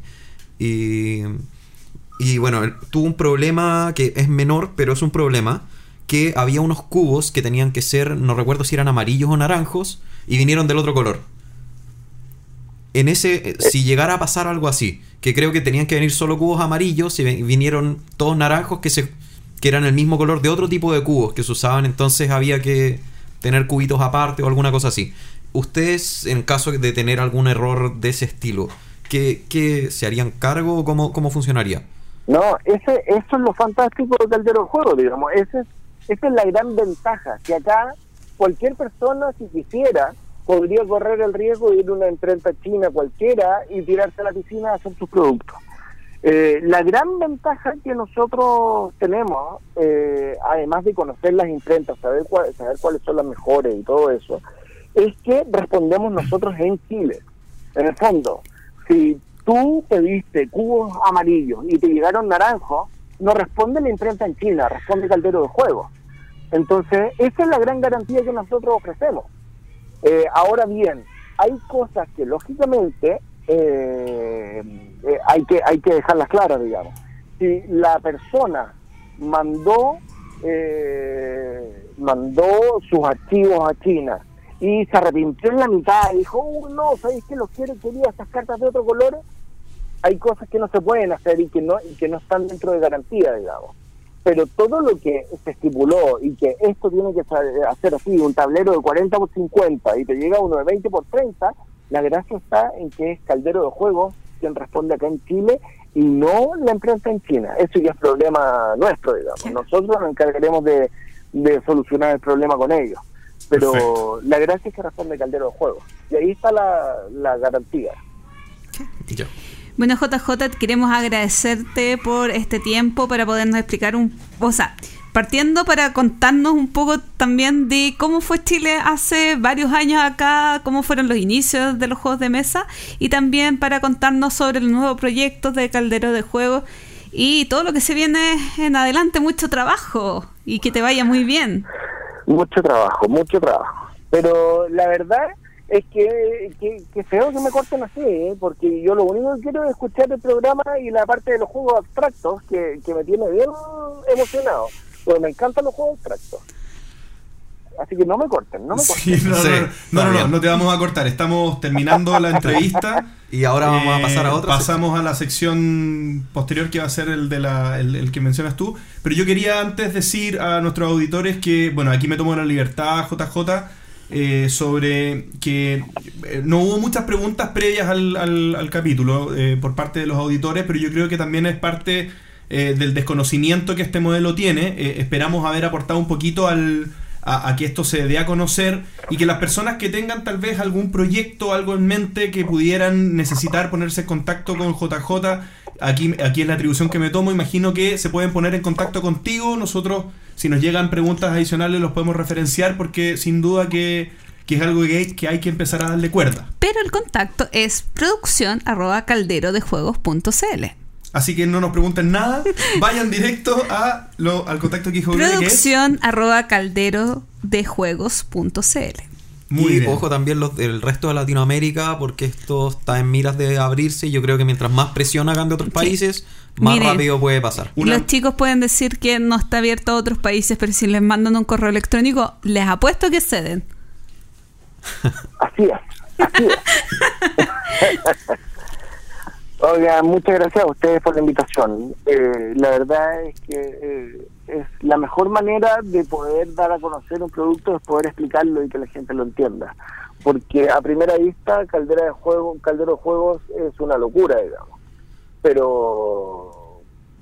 bueno, tuvo un problema que es menor, pero es un problema, que había unos cubos que tenían que ser, no recuerdo si eran amarillos o naranjos, y vinieron del otro color. Si llegara a pasar algo así, que creo que tenían que venir solo cubos amarillos y vinieron todos naranjos que eran el mismo color de otro tipo de cubos que se usaban, entonces había que tener cubitos aparte o alguna cosa así. Ustedes, en caso de tener algún error de ese estilo, ¿qué se harían cargo o cómo funcionaría? No, eso es lo fantástico de Caldero de Juegos, digamos. Esa es la gran ventaja, que acá cualquier persona, si quisiera, podría correr el riesgo de ir a una imprenta china cualquiera y tirarse a la piscina a hacer sus productos. La gran ventaja que nosotros tenemos, además de conocer las imprentas, saber cuáles son las mejores y todo eso, es que respondemos nosotros en Chile. En el fondo, si tú pediste cubos amarillos y te llegaron naranjos, no responde la imprenta en China, responde Caldero de Juegos. Entonces, esa es la gran garantía que nosotros ofrecemos. Ahora bien, hay cosas que lógicamente hay que dejarlas claras, digamos. Si la persona mandó sus archivos a China y se arrepintió en la mitad y dijo, no, ¿sabéis que quería estas cartas de otro color? Hay cosas que no se pueden hacer y que no están dentro de garantía, digamos. Pero todo lo que se estipuló y que esto tiene que hacer así, un tablero de 40 por 50 y te llega uno de 20 por 30, la gracia está en que es Caldero de Juegos quien responde acá en Chile y no la imprenta en China. Eso ya es problema nuestro, digamos. Sí. Nosotros nos encargaremos de solucionar el problema con ellos. Pero perfecto. La gracia es que responde Caldero de Juegos. Y ahí está la garantía. Ya. Bueno, JJ, queremos agradecerte por este tiempo para podernos explicar partiendo para contarnos un poco también de cómo fue Chile hace varios años acá, cómo fueron los inicios de los juegos de mesa y también para contarnos sobre los nuevos proyectos de Caldero de Juegos Y todo lo que se viene en adelante, mucho trabajo y que te vaya muy bien. Mucho trabajo. Pero la verdad es que feo que me corten así, porque yo lo único que quiero es escuchar el programa y la parte de los juegos abstractos que me tiene bien emocionado, porque me encantan los juegos abstractos. Así que no me corten. Sí, no te vamos a cortar. Estamos terminando la entrevista y ahora vamos a pasar a otra. Pasamos a la sección posterior que va a ser el que mencionas tú. Pero yo quería antes decir a nuestros auditores que, bueno, aquí me tomo la libertad, JJ, sobre que no hubo muchas preguntas previas al capítulo por parte de los auditores, pero yo creo que también es parte del desconocimiento que este modelo tiene. Esperamos haber aportado un poquito a que esto se dé a conocer y que las personas que tengan tal vez algún proyecto, algo en mente que pudieran necesitar ponerse en contacto con JJ, aquí es la atribución que me tomo, imagino que se pueden poner en contacto contigo. Nosotros, si nos llegan preguntas adicionales, los podemos referenciar porque sin duda que es algo que hay que empezar a darle cuerda. Pero el contacto es producción@calderodejuegos.cl. Así que no nos pregunten nada, vayan directo al contacto que dijo Gloria, que es producción@calderodejuegos.cl. Muy bien. Ojo también el resto de Latinoamérica, porque esto está en miras de abrirse y yo creo que mientras más presión hagan de otros países, más rápido puede pasar. Los chicos pueden decir que no está abierto a otros países, pero si les mandan un correo electrónico, les apuesto que ceden. Así es. Oiga, muchas gracias a ustedes por la invitación. La verdad es que es la mejor manera de poder dar a conocer un producto, es poder explicarlo y que la gente lo entienda. Porque a primera vista, Caldero de Juegos es una locura, digamos. Pero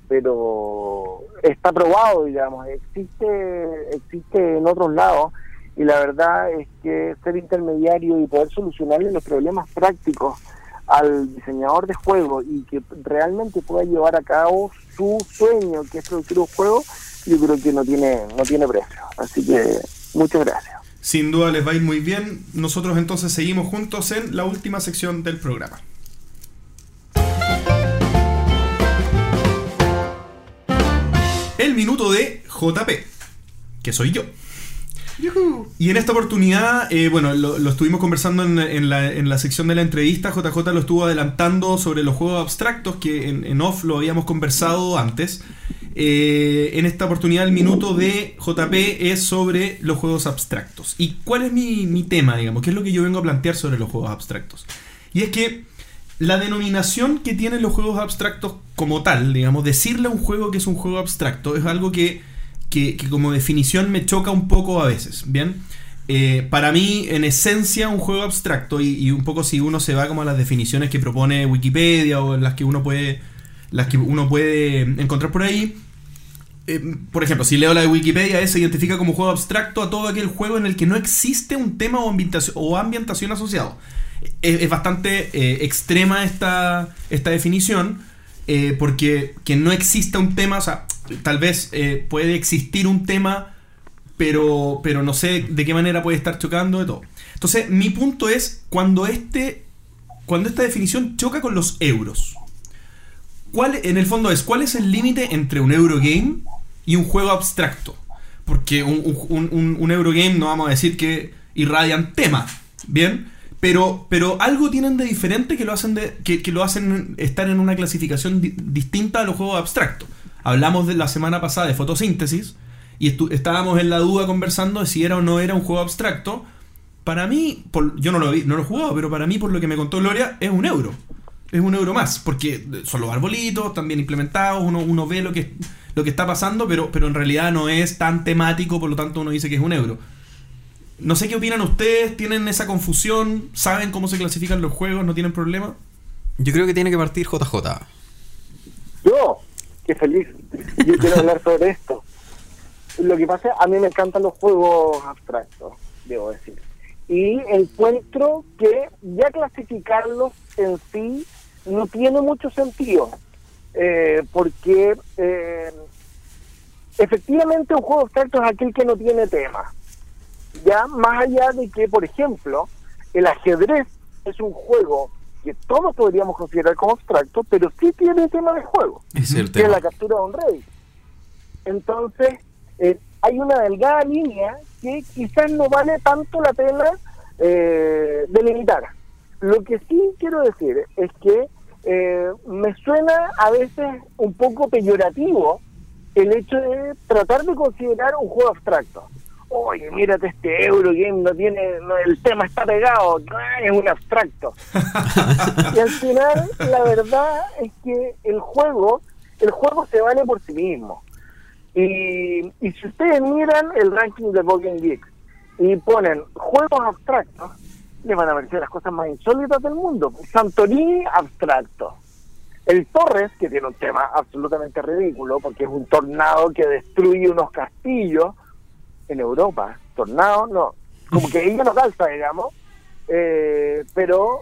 está probado, digamos, existe en otros lados. Y la verdad es que ser intermediario y poder solucionarle los problemas prácticos al diseñador de juego y que realmente pueda llevar a cabo su sueño, que es producir un juego, yo creo que no tiene precio. Así que muchas gracias. Sin duda les va a ir muy bien. Nosotros entonces seguimos juntos en la última sección del programa. El minuto de JP, que soy yo. ¡Yuhu! Y en esta oportunidad, lo estuvimos conversando en la sección de la entrevista. JJ lo estuvo adelantando sobre los juegos abstractos, que en off lo habíamos conversado antes. En esta oportunidad el minuto de JP es sobre los juegos abstractos. ¿Y cuál es mi tema, digamos? ¿Qué es lo que yo vengo a plantear sobre los juegos abstractos? Y es que la denominación que tienen los juegos abstractos como tal, digamos, decirle a un juego que es un juego abstracto, es algo que como definición me choca un poco a veces, ¿bien? Para mí, en esencia, un juego abstracto, y un poco si uno se va como a las definiciones que propone Wikipedia o las que uno puede encontrar por ahí, por ejemplo, si leo la de Wikipedia, se identifica como juego abstracto a todo aquel juego en el que no existe un tema o ambientación asociado. Es bastante extrema esta definición, porque que no exista un tema, o sea, tal vez puede existir un tema, pero no sé de qué manera puede estar chocando de todo. Entonces, mi punto es cuando esta definición choca con los euros. En el fondo ¿cuál es el límite entre un Eurogame y un juego abstracto? Porque un Eurogame no vamos a decir que irradian tema, ¿bien? Pero algo tienen de diferente que lo hacen estar en una clasificación distinta a los juegos abstractos. Hablamos de la semana pasada de fotosíntesis y estábamos en la duda conversando de si era o no era un juego abstracto. Para mí, yo no lo he jugado, pero para mí, por lo que me contó Gloria, es un euro. Es un euro más, porque son los arbolitos, están bien implementados, uno ve lo que está pasando, pero en realidad no es tan temático, por lo tanto uno dice que es un euro. No sé qué opinan ustedes, ¿tienen esa confusión? ¿Saben cómo se clasifican los juegos? ¿No tienen problema? Yo creo que tiene que partir JJ. Yo, qué feliz. Yo quiero hablar sobre esto. Lo que pasa, a mí me encantan los juegos abstractos, debo decir. Y encuentro que ya clasificarlos en sí no tiene mucho sentido. Porque efectivamente un juego abstracto es aquel que no tiene tema. Ya más allá de que, por ejemplo, el ajedrez es un juego que todos podríamos considerar como abstracto, pero sí tiene tema de juego, Es el que es tema. la captura de un rey. Entonces, hay una delgada línea que quizás no vale tanto la pena delimitar. Lo que sí quiero decir es que me suena a veces un poco peyorativo el hecho de tratar de considerar un juego abstracto. Oye, mírate este Eurogame, el tema está pegado, es un abstracto. Y al final, la verdad es que el juego se vale por sí mismo. Y si ustedes miran el ranking de Board Game Geek y ponen juegos abstractos, les van a aparecer las cosas más insólitas del mundo. Santorini, abstracto. El Torres, que tiene un tema absolutamente ridículo, porque es un tornado que destruye unos castillos en Europa. Tornado, no. Como que ella no calza, digamos. Pero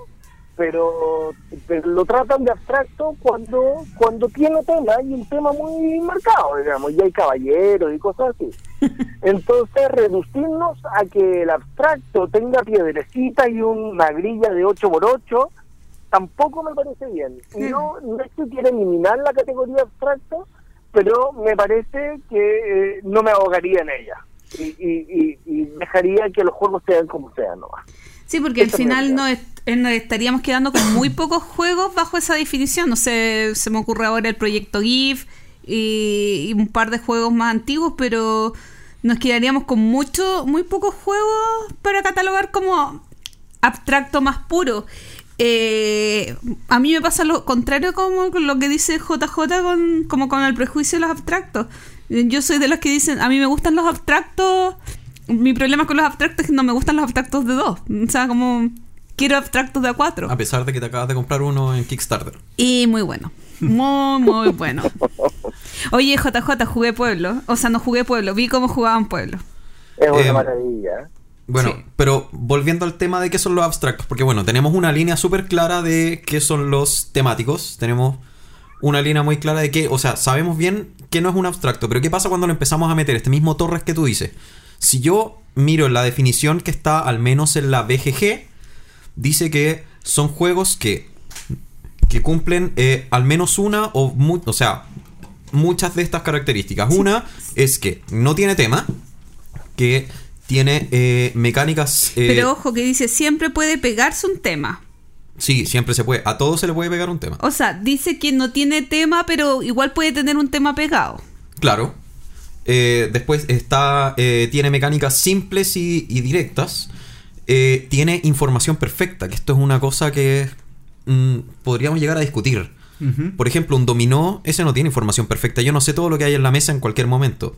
lo tratan de abstracto cuando tiene tema, y un tema muy marcado, digamos, y hay caballeros y cosas así. Entonces, reducirnos a que el abstracto tenga piedrecitas y una grilla de 8x8 tampoco me parece bien. No es que quiera eliminar la categoría abstracto, pero me parece que no me ahogaría en ella y dejaría que los juegos sean como sean nomás. Sí, porque al final nos estaríamos quedando con muy pocos juegos bajo esa definición. No sé, se me ocurre ahora el proyecto GIF y un par de juegos más antiguos, pero nos quedaríamos con muy pocos juegos para catalogar como abstracto más puro. A mí me pasa lo contrario como con lo que dice JJ con el prejuicio de los abstractos. Yo soy de los que dicen, a mí me gustan los abstractos. Mi problema con los abstractos es que no me gustan los abstractos de 2. O sea, como quiero abstractos de A4. A pesar de que te acabas de comprar uno en Kickstarter. Y muy bueno. Muy bueno. Oye, JJ, jugué Pueblo. O sea, no jugué Pueblo, vi cómo jugaban Pueblo. Es una maravilla. Bueno, Sí. pero volviendo al tema de qué son los abstractos, porque bueno, tenemos una línea súper clara de qué son los temáticos, tenemos una línea muy clara de qué, o sea, sabemos bien que no es un abstracto, pero ¿qué pasa cuando lo empezamos a meter? Este mismo Torres que tú dices. Si yo miro la definición que está al menos en la BGG, dice que son juegos que cumplen al menos una o sea, muchas de estas características. Una es que no tiene tema, que tiene mecánicas... Pero ojo, que dice, siempre puede pegarse un tema. Sí, siempre se puede. A todo se le puede pegar un tema. O sea, dice que no tiene tema, pero igual puede tener un tema pegado. Claro. Después tiene mecánicas simples y directas. Tiene información perfecta, que esto es una cosa que podríamos llegar a discutir. Uh-huh. Por ejemplo, un dominó, ese no tiene información perfecta. Yo no sé todo lo que hay en la mesa en cualquier momento.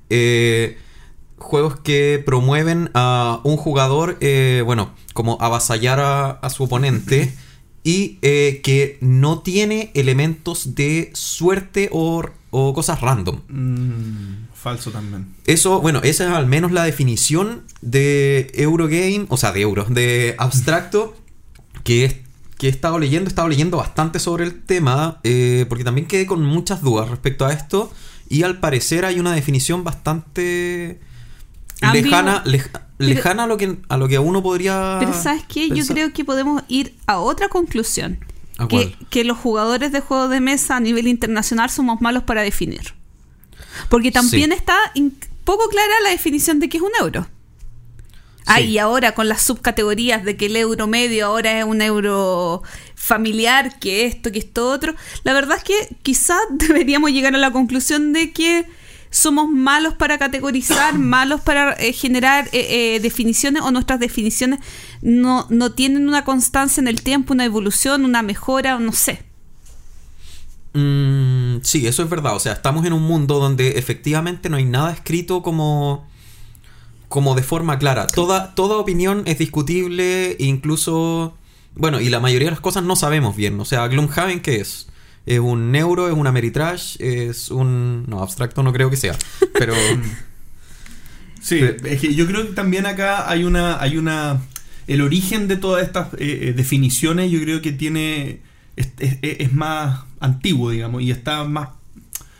Juegos que promueven a un jugador, como avasallar a su oponente y que no tiene elementos de suerte o cosas random. Falso también. Eso, bueno, esa es al menos la definición de Eurogame, o sea, de abstracto que he estado leyendo bastante sobre el tema, porque también quedé con muchas dudas respecto a esto, y al parecer hay una definición bastante lejana a lo que uno podría... Pero ¿sabes qué? Yo creo que podemos ir a otra conclusión. ¿A cuál? Que los jugadores de juegos de mesa a nivel internacional somos malos para definir. Porque también está poco clara la definición de qué es un euro. Sí. Y ahora con las subcategorías de que el euro medio ahora es un euro familiar, que esto otro. La verdad es que quizás deberíamos llegar a la conclusión de que somos malos para categorizar, malos para generar definiciones, o nuestras definiciones no tienen una constancia en el tiempo, una evolución, una mejora, no sé. Sí, eso es verdad. O sea, estamos en un mundo donde efectivamente no hay nada escrito como de forma clara. Toda opinión es discutible, incluso... Bueno, y la mayoría de las cosas no sabemos bien. O sea, Gloomhaven, ¿qué es? ¿Es un euro? ¿Es un Ameritrash? ¿Es un...? No, abstracto no creo que sea. Pero... Sí, es que yo creo que también acá hay una el origen de todas estas definiciones, yo creo que es más antiguo, digamos, y está más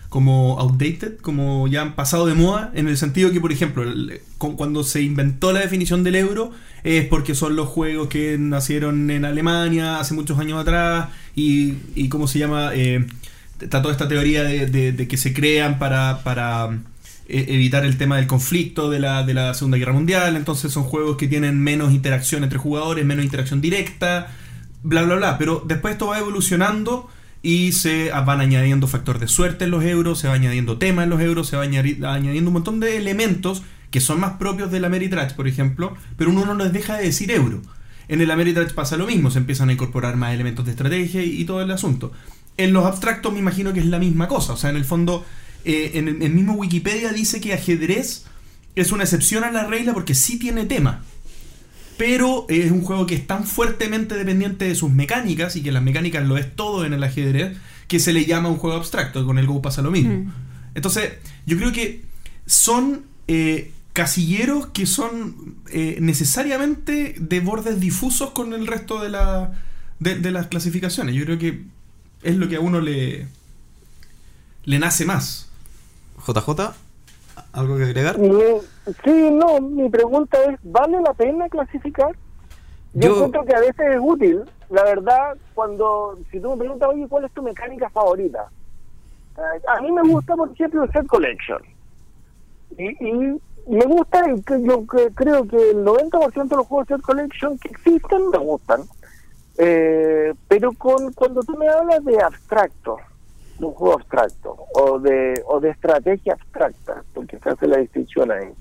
como outdated, como ya han pasado de moda, en el sentido que, por ejemplo, cuando se inventó la definición del euro, es porque son los juegos que nacieron en Alemania hace muchos años atrás, y ¿cómo se llama? Está toda esta teoría de que se crean para evitar el tema del conflicto de la Segunda Guerra Mundial. Entonces son juegos que tienen menos interacción entre jugadores, menos interacción directa, bla bla bla. Pero después esto va evolucionando y se van añadiendo factor de suerte en los euros, se va añadiendo tema en los euros, se va añadiendo un montón de elementos que son más propios del Ameritrash, por ejemplo, pero uno no les deja de decir euro. En el Ameritrash pasa lo mismo, se empiezan a incorporar más elementos de estrategia y todo el asunto. En los abstractos me imagino que es la misma cosa. O sea, en el fondo, en el mismo Wikipedia dice que ajedrez es una excepción a la regla porque sí tiene tema. Pero es un juego que es tan fuertemente dependiente de sus mecánicas, y que las mecánicas lo es todo en el ajedrez, que se le llama un juego abstracto. Con el Go pasa lo mismo. Entonces, yo creo que son casilleros que son necesariamente de bordes difusos con el resto de las clasificaciones. Yo creo que es lo que a uno le nace más. JJ, ¿algo que agregar? Sí, no, mi pregunta es, ¿vale la pena clasificar? Yo encuentro que a veces es útil, la verdad, si tú me preguntas, oye, ¿cuál es tu mecánica favorita? A mí me gusta, por ejemplo, el Set Collection. Y me gusta, yo creo que el 90% de los juegos de Set Collection que existen me gustan. Pero cuando tú me hablas de abstracto, de un juego abstracto, o de estrategia abstracta, porque se hace la distinción ahí,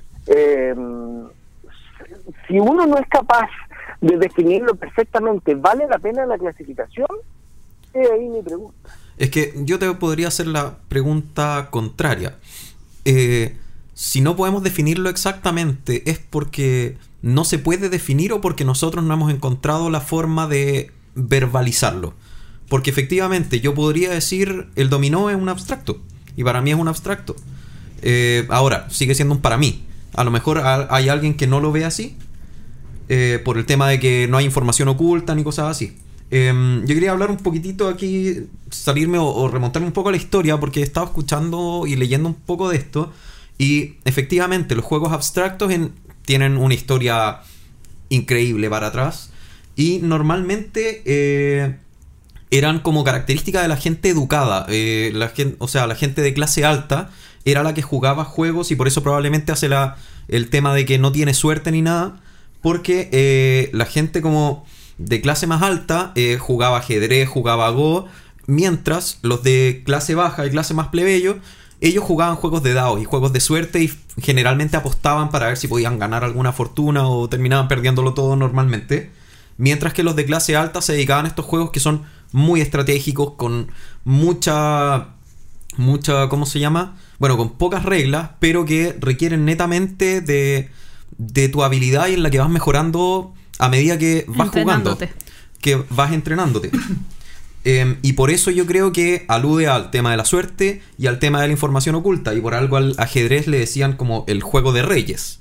si uno no es capaz de definirlo perfectamente, ¿vale la pena la clasificación? Es ahí mi pregunta. Es que yo te podría hacer la pregunta contraria. Si no podemos definirlo exactamente, ¿es porque no se puede definir o porque nosotros no hemos encontrado la forma de verbalizarlo? Porque efectivamente yo podría decir el dominó es un abstracto, y para mí es un abstracto. Ahora, sigue siendo un para mí. A lo mejor hay alguien que no lo ve así, por el tema de que no hay información oculta ni cosas así. Yo quería hablar un poquitito aquí, salirme o remontarme un poco a la historia, porque he estado escuchando y leyendo un poco de esto, y efectivamente los juegos abstractos tienen una historia increíble para atrás, y normalmente eran como característica de la gente educada. La gente de clase alta era la que jugaba juegos, y por eso probablemente hace el tema de que no tiene suerte ni nada, porque la gente como de clase más alta jugaba ajedrez, jugaba Go, mientras los de clase baja y clase más plebeyo, ellos jugaban juegos de dados y juegos de suerte, y generalmente apostaban para ver si podían ganar alguna fortuna o terminaban perdiéndolo todo normalmente. Mientras que los de clase alta se dedicaban a estos juegos que son muy estratégicos, con mucha, ¿cómo se llama? Bueno, con pocas reglas, pero que requieren netamente de tu habilidad, y en la que vas mejorando a medida que vas jugando, que vas entrenándote. Y por eso yo creo que alude al tema de la suerte y al tema de la información oculta, y por algo al ajedrez le decían como el juego de reyes.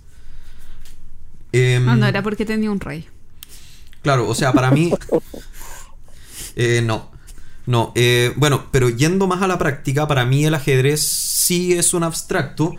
No era porque tenía un rey. Claro, o sea, para mí no. Bueno, pero yendo más a la práctica, para mí el ajedrez sí es un abstracto,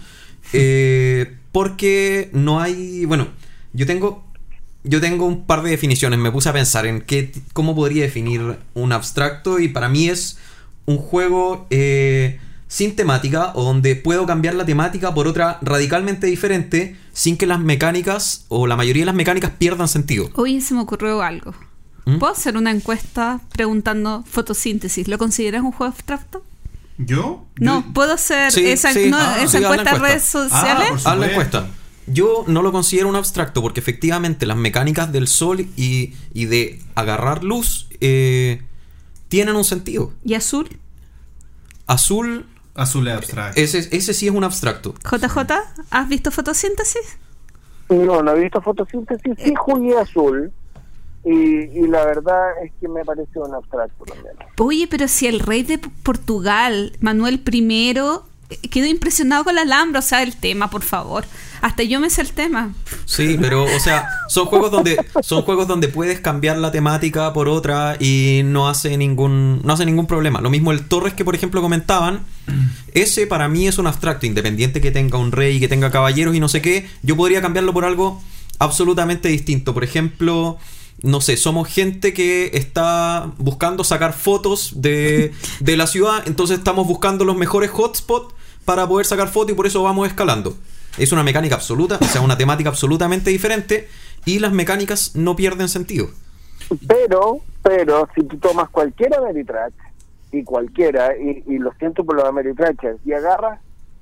porque no hay... Bueno, yo tengo un par de definiciones. Me puse a pensar en cómo podría definir un abstracto, y para mí es un juego sin temática, o donde puedo cambiar la temática por otra radicalmente diferente sin que las mecánicas, o la mayoría de las mecánicas, pierdan sentido. Hoy se me ocurrió algo. ¿Puedo hacer una encuesta preguntando fotosíntesis? ¿Lo consideras un juego abstracto? ¿Yo? No, ¿puedo hacer esa encuesta en redes sociales? Haz la encuesta. Yo no lo considero un abstracto, porque efectivamente las mecánicas del sol y de agarrar luz tienen un sentido. ¿Y azul? Azul es abstracto. Ese sí es un abstracto. JJ, ¿has visto fotosíntesis? No he visto fotosíntesis. Sí jugué azul. Y la verdad es que me pareció un abstracto también. Oye, pero si el rey de Portugal, Manuel I, quedó impresionado con la Alhambra, o sea, el tema, por favor. Hasta yo me sé el tema. Sí, pero, o sea, son juegos donde puedes cambiar la temática por otra y no hace ningún problema. Lo mismo el Torres que, por ejemplo, comentaban. Ese para mí es un abstracto, independiente que tenga un rey, que tenga caballeros y no sé qué. Yo podría cambiarlo por algo absolutamente distinto. Por ejemplo, no sé, somos gente que está buscando sacar fotos de la ciudad, entonces estamos buscando los mejores hotspots para poder sacar fotos y por eso vamos escalando. Es una mecánica absoluta, o sea, una temática absolutamente diferente y las mecánicas no pierden sentido. Pero si tú tomas cualquier Ameritrash y lo siento por los Ameritrashers, y agarras,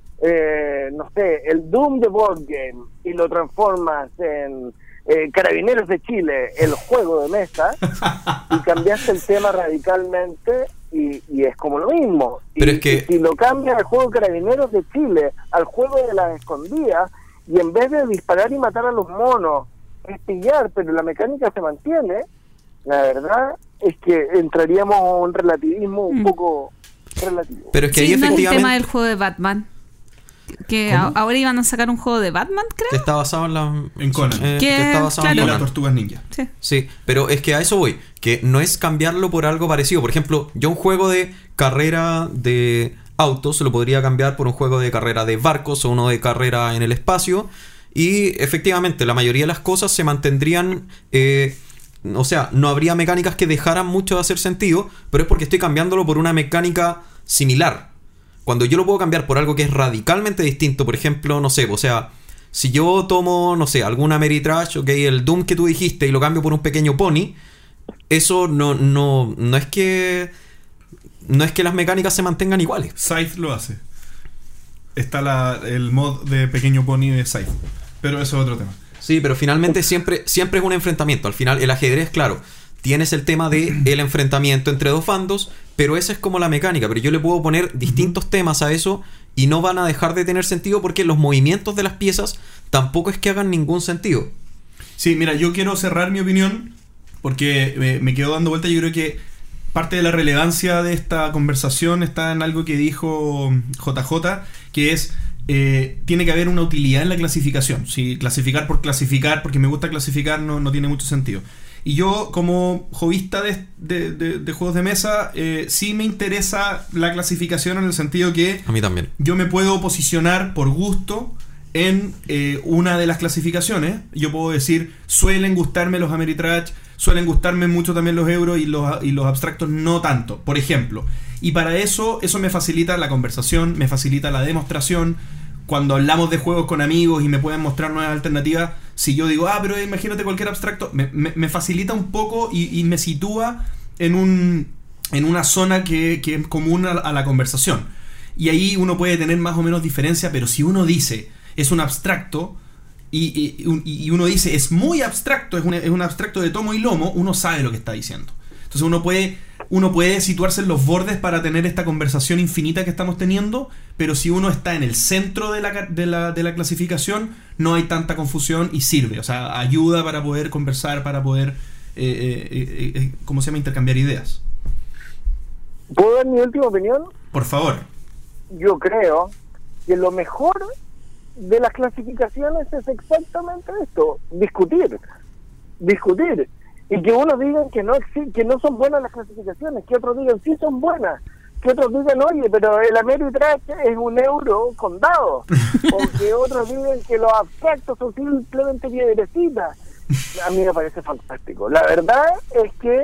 no sé, el Doom de Board Game y lo transformas en Carabineros de Chile, el juego de mesa, y cambiaste el tema radicalmente y es como lo mismo. Pero y, es que y si lo cambias al juego Carabineros de Chile, al juego de las escondidas, y en vez de disparar y matar a los monos, es pillar, pero la mecánica se mantiene, la verdad es que entraríamos a un relativismo un poco relativo. Pero es que Sí, ahí no es el efectivamente tema del juego de Batman. Que ahora iban a sacar un juego de Batman, que creo. está basado En Conan. que está basado claro. en Y las Conan. Tortugas Ninja. Sí. Sí, pero es que a eso voy, que no es cambiarlo por algo parecido. Por ejemplo, yo un juego de carrera de autos lo podría cambiar por un juego de carrera de barcos o uno de carrera en el espacio y efectivamente la mayoría de las cosas se mantendrían, o sea, no habría mecánicas que dejaran mucho de hacer sentido, pero es porque estoy cambiándolo por una mecánica similar. Cuando yo lo puedo cambiar por algo que es radicalmente distinto, por ejemplo, no sé, o sea, si yo tomo, no sé, alguna Ameritrash, ok, el Doom que tú dijiste y lo cambio por un pequeño pony, eso no es que las mecánicas se mantengan iguales. Scythe lo hace. Está el mod de Pequeño Pony de Scythe. Pero eso es otro tema. Sí, pero finalmente siempre es un enfrentamiento. Al final, el ajedrez, claro, tienes el tema de el enfrentamiento entre dos bandos, pero esa es como la mecánica. Pero yo le puedo poner distintos temas a eso y no van a dejar de tener sentido porque los movimientos de las piezas tampoco es que hagan ningún sentido. Sí, mira, yo quiero cerrar mi opinión porque me quedo dando vuelta. Yo creo que parte de la relevancia de esta conversación está en algo que dijo JJ, que es tiene que haber una utilidad en la clasificación. Si clasificar por clasificar, porque me gusta clasificar, no tiene mucho sentido. Y yo, como hobbyista de juegos de mesa, sí me interesa la clasificación en el sentido que A mí también. yo me puedo posicionar por gusto en una de las clasificaciones. Yo puedo decir, suelen gustarme los Ameritrash, suelen gustarme mucho también los euros y los abstractos no tanto, por ejemplo. Y para eso me facilita la conversación, me facilita la demostración. Cuando hablamos de juegos con amigos y me pueden mostrar nuevas alternativas, si yo digo, pero imagínate cualquier abstracto, me facilita un poco y me sitúa en una zona que es común a la conversación. Y ahí uno puede tener más o menos diferencia, pero si uno dice, es un abstracto, y uno dice, es muy abstracto, es un abstracto de tomo y lomo, uno sabe lo que está diciendo. Entonces uno puede situarse en los bordes para tener esta conversación infinita que estamos teniendo, pero si uno está en el centro de la clasificación, no hay tanta confusión y sirve. O sea, ayuda para poder conversar, para poder, ¿cómo se llama? Intercambiar ideas. ¿Puedo dar mi última opinión? Por favor. Yo creo que lo mejor de las clasificaciones es exactamente esto: discutir. Y que unos digan que no son buenas las clasificaciones, que otros digan sí son buenas, que otros digan, oye, pero el Ameritrash es un euro con dados, o que otros digan que los abstractos son simplemente piedrecitas. A mí me parece fantástico. La verdad es que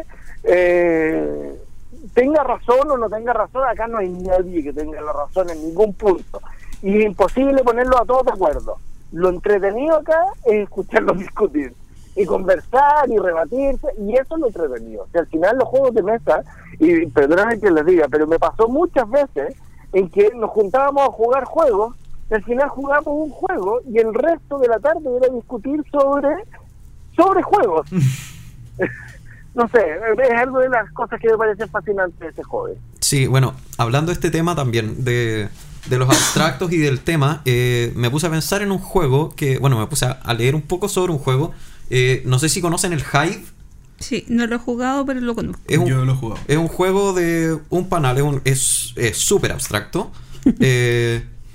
tenga razón o no tenga razón, acá no hay nadie que tenga la razón en ningún punto. Y es imposible ponerlo a todos de acuerdo. Lo entretenido acá es escucharlos discutir y conversar y rebatirse, y eso es lo entretenido. O sea, al final los juegos de mesa, y perdóname que les diga, pero me pasó muchas veces en que nos juntábamos a jugar juegos, y al final jugábamos un juego y el resto de la tarde era discutir sobre juegos. No sé, es algo de las cosas que me parecen fascinantes de ese joven. Sí, bueno, hablando de este tema también, de los abstractos y del tema, me puse a pensar en un juego que, bueno, me puse a leer un poco sobre un juego. No sé si conocen el Hive. Sí, no lo he jugado, pero lo conozco. Yo lo he jugado. Es un juego de un panal, es súper abstracto.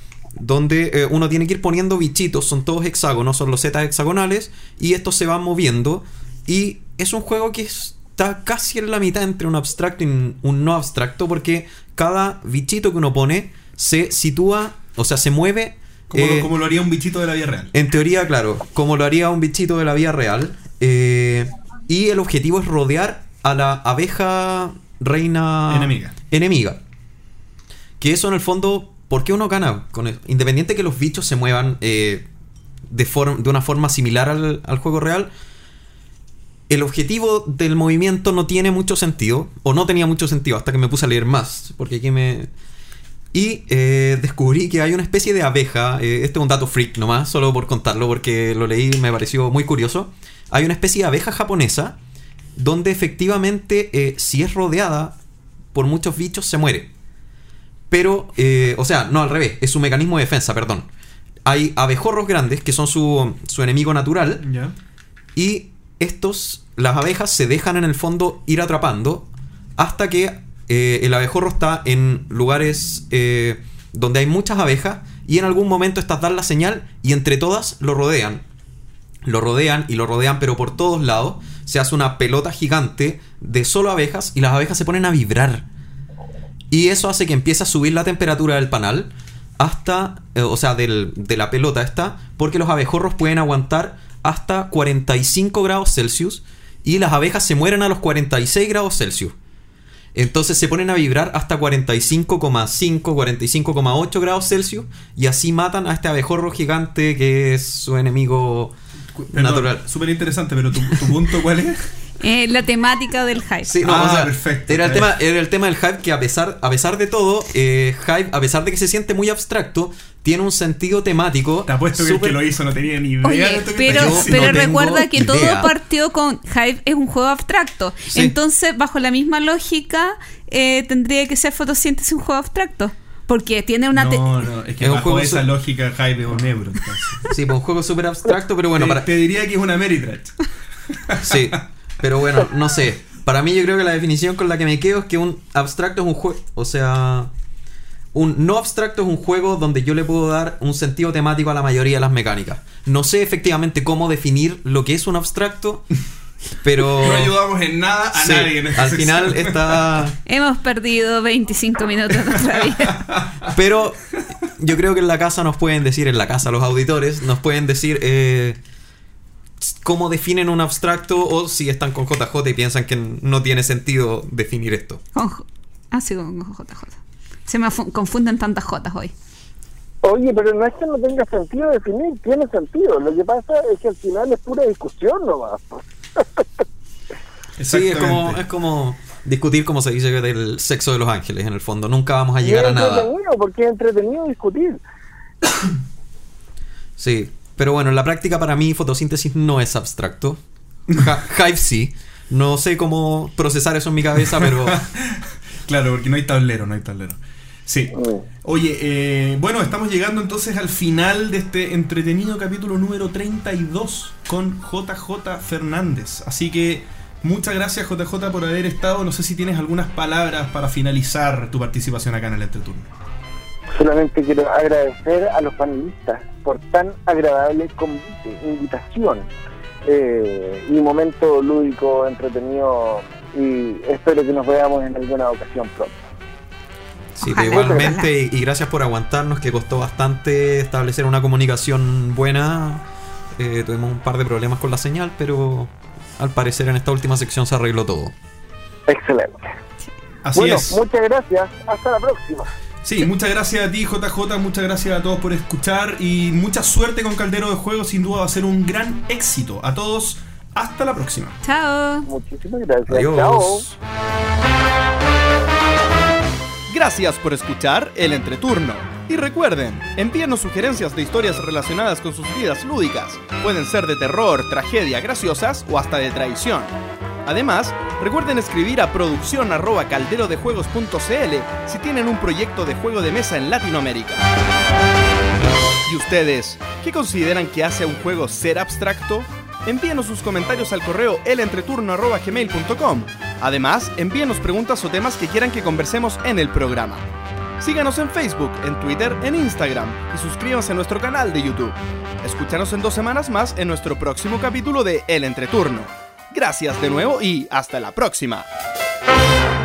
donde uno tiene que ir poniendo bichitos, son todos hexágonos, son los Z hexagonales, y estos se van moviendo, y es un juego que está casi en la mitad entre un abstracto y un no abstracto, porque cada bichito que uno pone se sitúa, o sea, se mueve como lo haría un bichito de la vida real. En teoría, claro, como lo haría un bichito de la vida real, y el objetivo es rodear a la abeja reina enemiga. Que eso en el fondo, ¿por qué uno gana? Independiente que los bichos se muevan de una forma similar al juego real, el objetivo del movimiento no tiene mucho sentido, o no tenía mucho sentido hasta que me puse a leer más, porque aquí y descubrí que hay una especie de abeja, este es un dato freak nomás, solo por contarlo porque lo leí y me pareció muy curioso. Hay una especie de abeja japonesa donde efectivamente si es rodeada por muchos bichos se muere. Pero, o sea, no, al revés, es su mecanismo de defensa, perdón. Hay abejorros grandes que son su enemigo natural. ¿Ya? Y las abejas se dejan en el fondo ir atrapando hasta que el abejorro está en lugares donde hay muchas abejas, y en algún momento estas dan la señal y entre todas lo rodean. Lo rodean y lo rodean, pero por todos lados. Se hace una pelota gigante de solo abejas y las abejas se ponen a vibrar. Y eso hace que empiece a subir la temperatura del panal hasta, o sea, de la pelota esta, porque los abejorros pueden aguantar hasta 45 grados Celsius y las abejas se mueren a los 46 grados Celsius. Entonces se ponen a vibrar hasta 45,5, 45,8 grados Celsius y así matan a este abejorro gigante que es su enemigo natural. Súper interesante, pero ¿tu punto cuál es? La temática del hype. Sí, no, o sea, perfecto. Era el tema del hype, que a pesar de todo, hype, a pesar de que se siente muy abstracto, tiene un sentido temático. Te apuesto que el que lo hizo no tenía ni idea. Oye, pero recuerda que todo partió con hype es un juego abstracto. Sí. Entonces, bajo la misma lógica, tendría que ser fotosíntesis un juego abstracto. Porque tiene una... No, es que bajo esa lógica hype es un ebro. Sí, pues un juego súper abstracto, pero bueno... Te diría que es una Meritrash. Sí, pero bueno, no sé. Para mí yo creo que la definición con la que me quedo es que un abstracto es un juego... O sea... Un no abstracto es un juego donde yo le puedo dar un sentido temático a la mayoría de las mecánicas. No sé efectivamente cómo definir lo que es un abstracto, pero... No ayudamos en nada a nadie en al final está... Hemos perdido 25 minutos de nuestra vida. Pero yo creo que en la casa nos pueden decir, los auditores nos pueden decir cómo definen un abstracto, o si están con JJ y piensan que no tiene sentido definir esto. Sí, con JJ. Se me confunden tantas Jotas hoy. Oye, pero no es que no tenga sentido definir, tiene sentido. Lo que pasa es que al final es pura discusión nomás. Sí, es como discutir, como se dice, del sexo de los ángeles, en el fondo. Nunca vamos a llegar a nada. Porque es entretenido discutir. Sí, pero bueno, en la práctica para mí fotosíntesis no es abstracto. Hive sí. No sé cómo procesar eso en mi cabeza, pero... Claro, porque no hay tablero. Sí. Oye, bueno, estamos llegando entonces al final de este entretenido capítulo número 32 con JJ Fernández. Así que muchas gracias, JJ, por haber estado. No sé si tienes algunas palabras para finalizar tu participación acá en el Entreturno. Solamente quiero agradecer a los panelistas por tan agradable invitación y momento lúdico, entretenido, y espero que nos veamos en alguna ocasión pronto. Sí, igualmente, y gracias por aguantarnos, que costó bastante establecer una comunicación buena. Tuvimos un par de problemas con la señal, pero al parecer en esta última sección se arregló todo. Excelente. Así es. Muchas gracias, hasta la próxima. Sí, muchas gracias a ti, JJ, muchas gracias a todos por escuchar y mucha suerte con Caldero de Juegos, sin duda va a ser un gran éxito. A todos, hasta la próxima. Chao. Muchísimas gracias. Adiós. Chao. Gracias por escuchar El Entreturno. Y recuerden, envíenos sugerencias de historias relacionadas con sus vidas lúdicas. Pueden ser de terror, tragedia, graciosas o hasta de traición. Además, recuerden escribir a producción@calderodejuegos.cl si tienen un proyecto de juego de mesa en Latinoamérica. ¿Y ustedes, qué consideran que hace a un juego ser abstracto? Envíenos sus comentarios al correo elentreturno@gmail.com. Además, envíenos preguntas o temas que quieran que conversemos en el programa. Síganos en Facebook, en Twitter, en Instagram y suscríbanse a nuestro canal de YouTube. Escúchanos en 2 semanas más en nuestro próximo capítulo de El Entreturno. Gracias de nuevo y hasta la próxima.